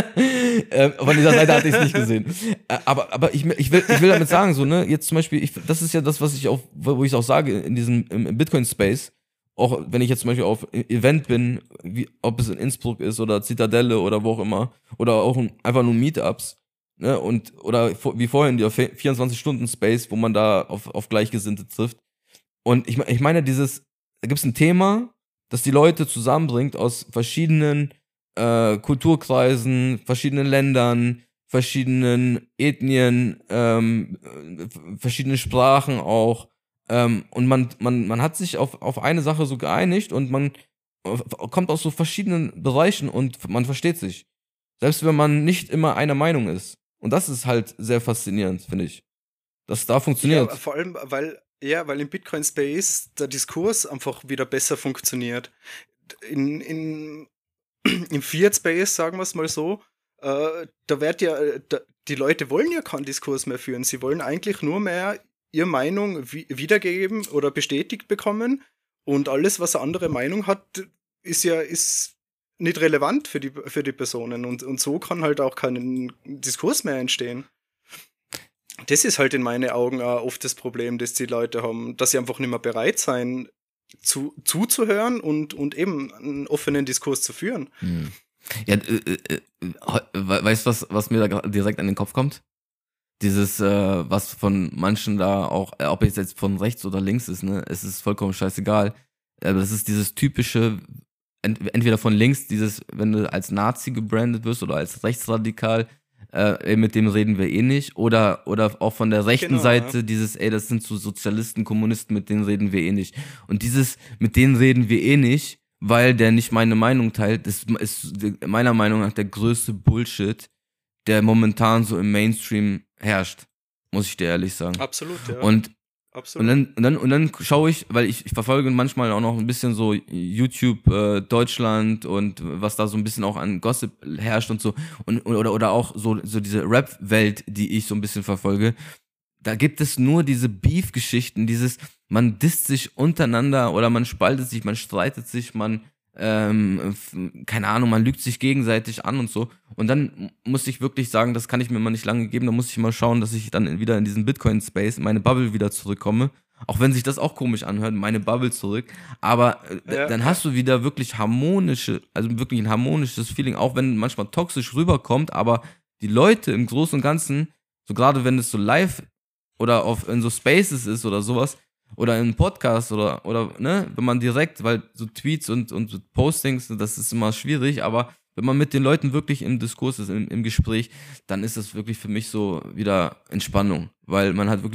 äh, von dieser Seite hatte ich es nicht gesehen. Äh, aber aber ich, ich, will, ich will damit sagen, so, ne, jetzt zum Beispiel, ich, das ist ja das, was ich auch, wo ich auch sage, in diesem im, im Bitcoin-Space, auch wenn ich jetzt zum Beispiel auf E- Event bin, wie, ob es in Innsbruck ist oder Zitadelle oder wo auch immer, oder auch ein- einfach nur Meetups, ne, und, oder vor- wie vorhin, der vierundzwanzig-Stunden-Space, wo man da auf, auf Gleichgesinnte trifft. Und ich, me- ich meine, dieses, da gibt es ein Thema, das die Leute zusammenbringt aus verschiedenen äh, Kulturkreisen, verschiedenen Ländern, verschiedenen Ethnien, ähm, äh, verschiedene Sprachen auch. Ähm, und man, man, man hat sich auf, auf eine Sache so geeinigt und man äh, kommt aus so verschiedenen Bereichen und man versteht sich. Selbst wenn man nicht immer einer Meinung ist. Und das ist halt sehr faszinierend, finde ich. Dass da funktioniert. Ja, vor allem, weil, ja, weil im Bitcoin-Space der Diskurs einfach wieder besser funktioniert. In, in, Im Fiat-Space, sagen wir es mal so, äh, da wird ja, äh, da, die Leute wollen ja keinen Diskurs mehr führen. Sie wollen eigentlich nur mehr ihre Meinung wi- wiedergegeben oder bestätigt bekommen. Und alles, was eine andere Meinung hat, ist ja ist nicht relevant für die, für die Personen. Und, und so kann halt auch kein Diskurs mehr entstehen. Das ist halt in meinen Augen auch oft das Problem, das die Leute haben, dass sie einfach nicht mehr bereit sein, zu, zuzuhören und, und eben einen offenen Diskurs zu führen. Hm. Ja, äh, äh, äh, we- weißt du, was, was mir da gra- direkt an den Kopf kommt? Dieses, äh, was von manchen da auch, äh, ob es jetzt von rechts oder links ist, ne, es ist vollkommen scheißegal. Aber das ist dieses typische, ent entweder von links, dieses, wenn du als Nazi gebrandet wirst oder als rechtsradikal, äh, ey, mit dem reden wir eh nicht. Oder, oder auch von der rechten Genau, Seite, ja. dieses, ey, das sind so Sozialisten, Kommunisten, mit denen reden wir eh nicht. Und dieses, mit denen reden wir eh nicht, weil der nicht meine Meinung teilt, das ist meiner Meinung nach der größte Bullshit, der momentan so im Mainstream herrscht, muss ich dir ehrlich sagen. Absolut, ja. Und, Absolut. und dann, und dann, und dann schaue ich, weil ich, ich verfolge manchmal auch noch ein bisschen so YouTube äh, Deutschland und was da so ein bisschen auch an Gossip herrscht und so, und, oder, oder auch so, so diese Rap-Welt, die ich so ein bisschen verfolge. Da gibt es nur diese Beef-Geschichten, dieses, man disst sich untereinander oder man spaltet sich, man streitet sich, man, ähm, f- keine Ahnung, man lügt sich gegenseitig an und so. Und dann muss ich wirklich sagen, das kann ich mir mal nicht lange geben, da muss ich mal schauen, dass ich dann wieder in diesen Bitcoin-Space, in meine Bubble wieder zurückkomme. Auch wenn sich das auch komisch anhört, meine Bubble zurück. Aber äh, d- Ja. dann hast du wieder wirklich harmonische, also wirklich ein harmonisches Feeling, auch wenn manchmal toxisch rüberkommt, aber die Leute im Großen und Ganzen, so gerade wenn es so live oder auf in so Spaces ist oder sowas, oder in einem Podcast oder, oder, ne, wenn man direkt, weil so Tweets und, und so Postings, das ist immer schwierig, aber wenn man mit den Leuten wirklich im Diskurs ist, im, im Gespräch, dann ist das wirklich für mich so wieder Entspannung, weil man hat wirklich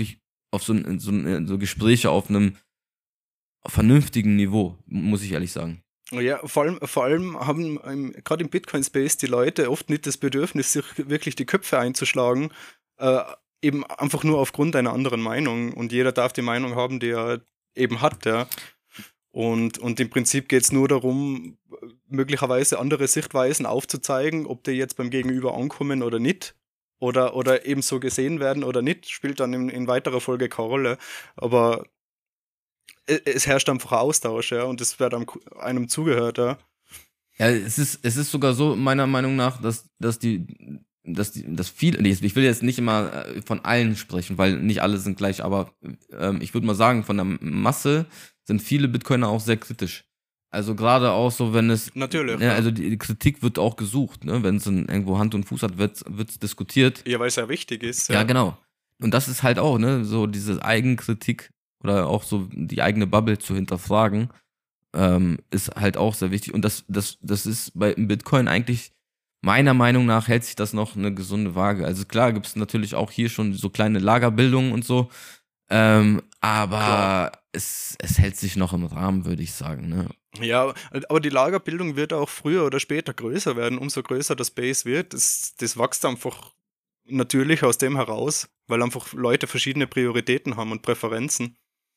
auf so, ein, so, ein, so Gespräche auf einem vernünftigen Niveau, muss ich ehrlich sagen. Ja, vor allem, vor allem haben gerade im Bitcoin-Space die Leute oft nicht das Bedürfnis, sich wirklich die Köpfe einzuschlagen, äh, eben einfach nur aufgrund einer anderen Meinung. Und jeder darf die Meinung haben, die er eben hat, ja. Und, und im Prinzip geht es nur darum, möglicherweise andere Sichtweisen aufzuzeigen, ob die jetzt beim Gegenüber ankommen oder nicht. Oder, oder eben so gesehen werden oder nicht, spielt dann in, in weiterer Folge keine Rolle. Aber es herrscht einfach Austausch, ja, und es wird einem, einem zugehört, ja. Ja, es ist, es ist sogar so, meiner Meinung nach, dass, dass die, dass die, dass viele, ich will jetzt nicht immer von allen sprechen, weil nicht alle sind gleich, aber ähm, ich würde mal sagen, von der Masse sind viele Bitcoiner auch sehr kritisch. Also gerade auch so, wenn es, natürlich, ja, ja. also die, die Kritik wird auch gesucht, ne, wenn es irgendwo Hand und Fuß hat, wird es diskutiert. Ja, weil es ja wichtig ist. Ja. ja, genau. Und das ist halt auch, ne, so diese Eigenkritik oder auch so die eigene Bubble zu hinterfragen, ähm, ist halt auch sehr wichtig. Und das, das, das ist bei Bitcoin eigentlich, meiner Meinung nach, hält sich das noch eine gesunde Waage. Also klar gibt es natürlich auch hier schon so kleine Lagerbildungen und so, ähm, aber es, es hält sich noch im Rahmen, würde ich sagen. Ne? Ja, aber die Lagerbildung wird auch früher oder später größer werden, umso größer das Base wird. Das, das wächst einfach natürlich aus dem heraus, weil einfach Leute verschiedene Prioritäten haben und Präferenzen.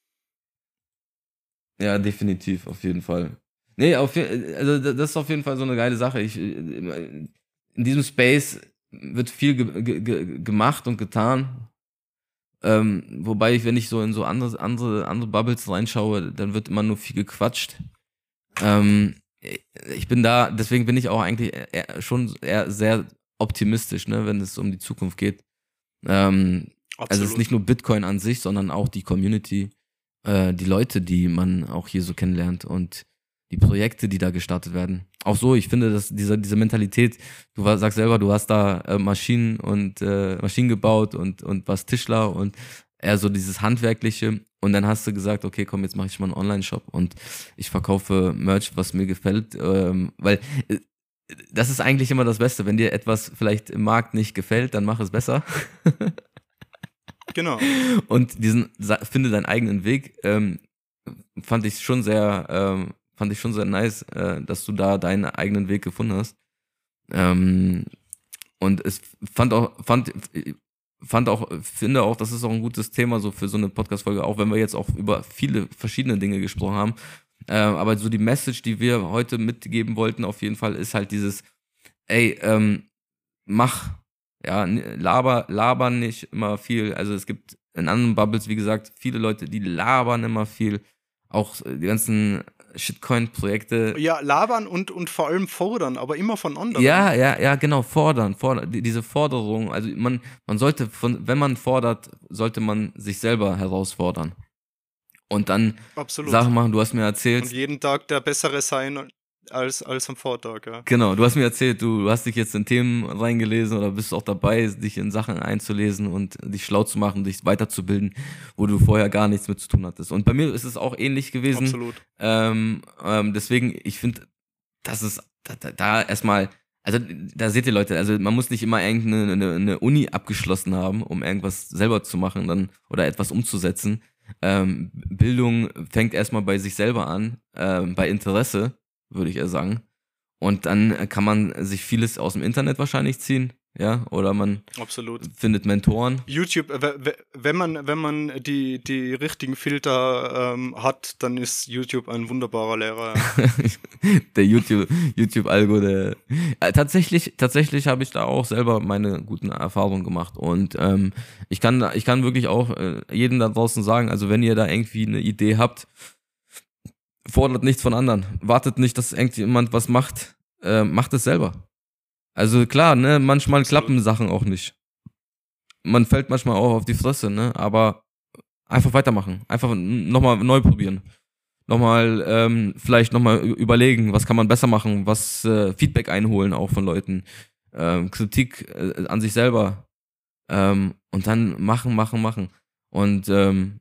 Ja, definitiv, auf jeden Fall. Nee, auf, also das ist auf jeden Fall so eine geile Sache. Ich, in diesem Space wird viel ge ge ge gemacht und getan. Ähm, wobei ich, wenn ich so in so andere, andere, andere Bubbles reinschaue, dann wird immer nur viel gequatscht. Ähm, ich bin da, deswegen bin ich auch eigentlich eher, schon eher sehr optimistisch, ne, wenn es um die Zukunft geht. Ähm, also es ist nicht nur Bitcoin an sich, sondern auch die Community, äh, die Leute, die man auch hier so kennenlernt und die Projekte, die da gestartet werden. Auch so, ich finde, dass diese, diese Mentalität, du war, sagst selber, du hast da äh, Maschinen und äh, Maschinen gebaut und, und warst Tischler und eher so dieses Handwerkliche. Und dann hast du gesagt, okay, komm, jetzt mache ich mal einen Online-Shop und ich verkaufe Merch, was mir gefällt. Ähm, weil äh, das ist eigentlich immer das Beste. Wenn dir etwas vielleicht im Markt nicht gefällt, dann mach es besser. Genau. Und diesen, finde deinen eigenen Weg, ähm, fand ich schon sehr, ähm, fand ich schon sehr nice, äh, dass du da deinen eigenen Weg gefunden hast. Ähm, und es fand auch, fand, fand auch, finde auch, das ist auch ein gutes Thema so für so eine Podcast-Folge, auch wenn wir jetzt auch über viele verschiedene Dinge gesprochen haben. Äh, aber so die Message, die wir heute mitgeben wollten, auf jeden Fall, ist halt dieses, ey, ähm, mach, ja, laber, labern nicht immer viel. Also es gibt in anderen Bubbles, wie gesagt, viele Leute, die labern immer viel. Auch die ganzen Shitcoin-Projekte. Ja, labern und, und vor allem fordern, aber immer von anderen. Ja, ja, ja, genau, fordern, fordern, diese Forderung. Also man, man sollte, von, wenn man fordert, sollte man sich selber herausfordern. Und dann Absolut. Sachen machen, du hast mir erzählt. Und jeden Tag der Bessere sein als, als am Vortag, ja. Genau, du hast mir erzählt, du, du hast dich jetzt in Themen reingelesen oder bist auch dabei, dich in Sachen einzulesen und dich schlau zu machen, dich weiterzubilden, wo du vorher gar nichts mit zu tun hattest. Und bei mir ist es auch ähnlich gewesen. Absolut. Ähm, ähm, deswegen, ich finde, das ist da, da, da erstmal, also da seht ihr Leute, also man muss nicht immer irgendeine eine, eine Uni abgeschlossen haben, um irgendwas selber zu machen dann oder etwas umzusetzen. Ähm, Bildung fängt erstmal bei sich selber an, ähm, bei Interesse, würde ich eher sagen. Und dann kann man sich vieles aus dem Internet wahrscheinlich ziehen, ja, oder man Absolut. findet Mentoren. YouTube, wenn man, wenn man die, die richtigen Filter ähm, hat, dann ist YouTube ein wunderbarer Lehrer. Der YouTube, YouTube-Algo, der äh, tatsächlich, tatsächlich habe ich da auch selber meine guten Erfahrungen gemacht. Und ähm, ich kann, ich kann wirklich auch äh, jedem da draußen sagen, also wenn ihr da irgendwie eine Idee habt, fordert nichts von anderen. Wartet nicht, dass irgendjemand was macht. Äh, macht es selber. Also klar, ne, manchmal Absolut. Klappen Sachen auch nicht. Man fällt manchmal auch auf die Fresse, ne, aber einfach weitermachen. Einfach nochmal neu probieren. Nochmal, ähm, vielleicht nochmal überlegen, was kann man besser machen, was äh, Feedback einholen auch von Leuten. Ähm, Kritik äh, an sich selber. Ähm, und dann machen, machen, machen. Und ähm,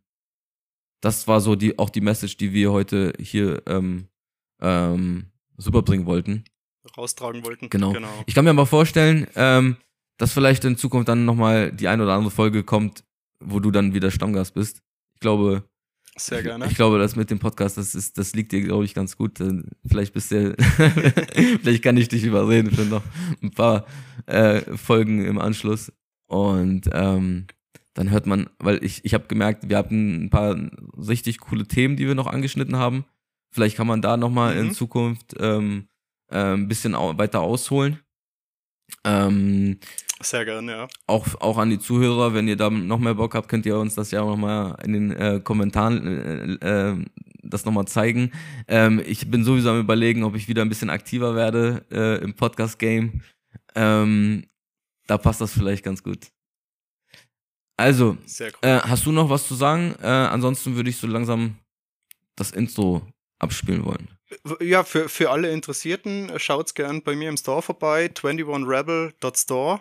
das war so die auch die Message, die wir heute hier ähm, ähm, rüberbringen wollten. Raustragen wollten. Genau. genau. Ich kann mir aber vorstellen, ähm, dass vielleicht in Zukunft dann nochmal die eine oder andere Folge kommt, wo du dann wieder Stammgast bist. Ich glaube, Sehr gerne. ich glaube, das mit dem Podcast, das ist, das liegt dir, glaube ich, ganz gut. Vielleicht bist du, vielleicht kann ich dich überreden für noch ein paar äh, Folgen im Anschluss. Und ähm, dann hört man, weil ich, ich habe gemerkt, wir hatten ein paar richtig coole Themen, die wir noch angeschnitten haben. Vielleicht kann man da nochmal Mhm. in Zukunft ähm, äh, ein bisschen au- weiter ausholen. Ähm, Sehr gerne, ja. auch, auch an die Zuhörer, wenn ihr da noch mehr Bock habt, könnt ihr uns das ja auch nochmal in den äh, Kommentaren äh, äh, das nochmal zeigen. Ähm, ich bin sowieso am Überlegen, ob ich wieder ein bisschen aktiver werde äh, im Podcast-Game. Ähm, da passt das vielleicht ganz gut. Also, Sehr cool. äh, hast du noch was zu sagen? Äh, ansonsten würde ich so langsam das Intro abspielen wollen. Ja, für, für alle Interessierten, äh, schaut's gern bei mir im Store vorbei, einundzwanzig rebel dot store.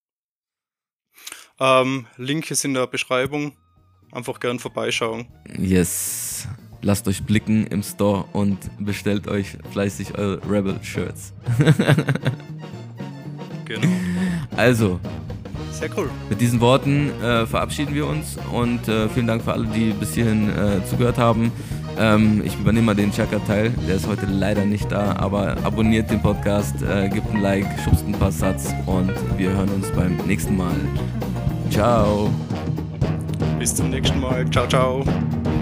Ähm, Link ist in der Beschreibung. Einfach gern vorbeischauen. Yes. Lasst euch blicken im Store und bestellt euch fleißig eure Rebel-Shirts. Genau. Also, Sehr cool. mit diesen Worten äh, verabschieden wir uns und äh, vielen Dank für alle, die bis hierhin äh, zugehört haben. Ähm, ich übernehme mal den Chaka-Teil, der ist heute leider nicht da, aber abonniert den Podcast, äh, gebt ein Like, schubst ein paar Satz und wir hören uns beim nächsten Mal. Ciao. Bis zum nächsten Mal. Ciao, ciao.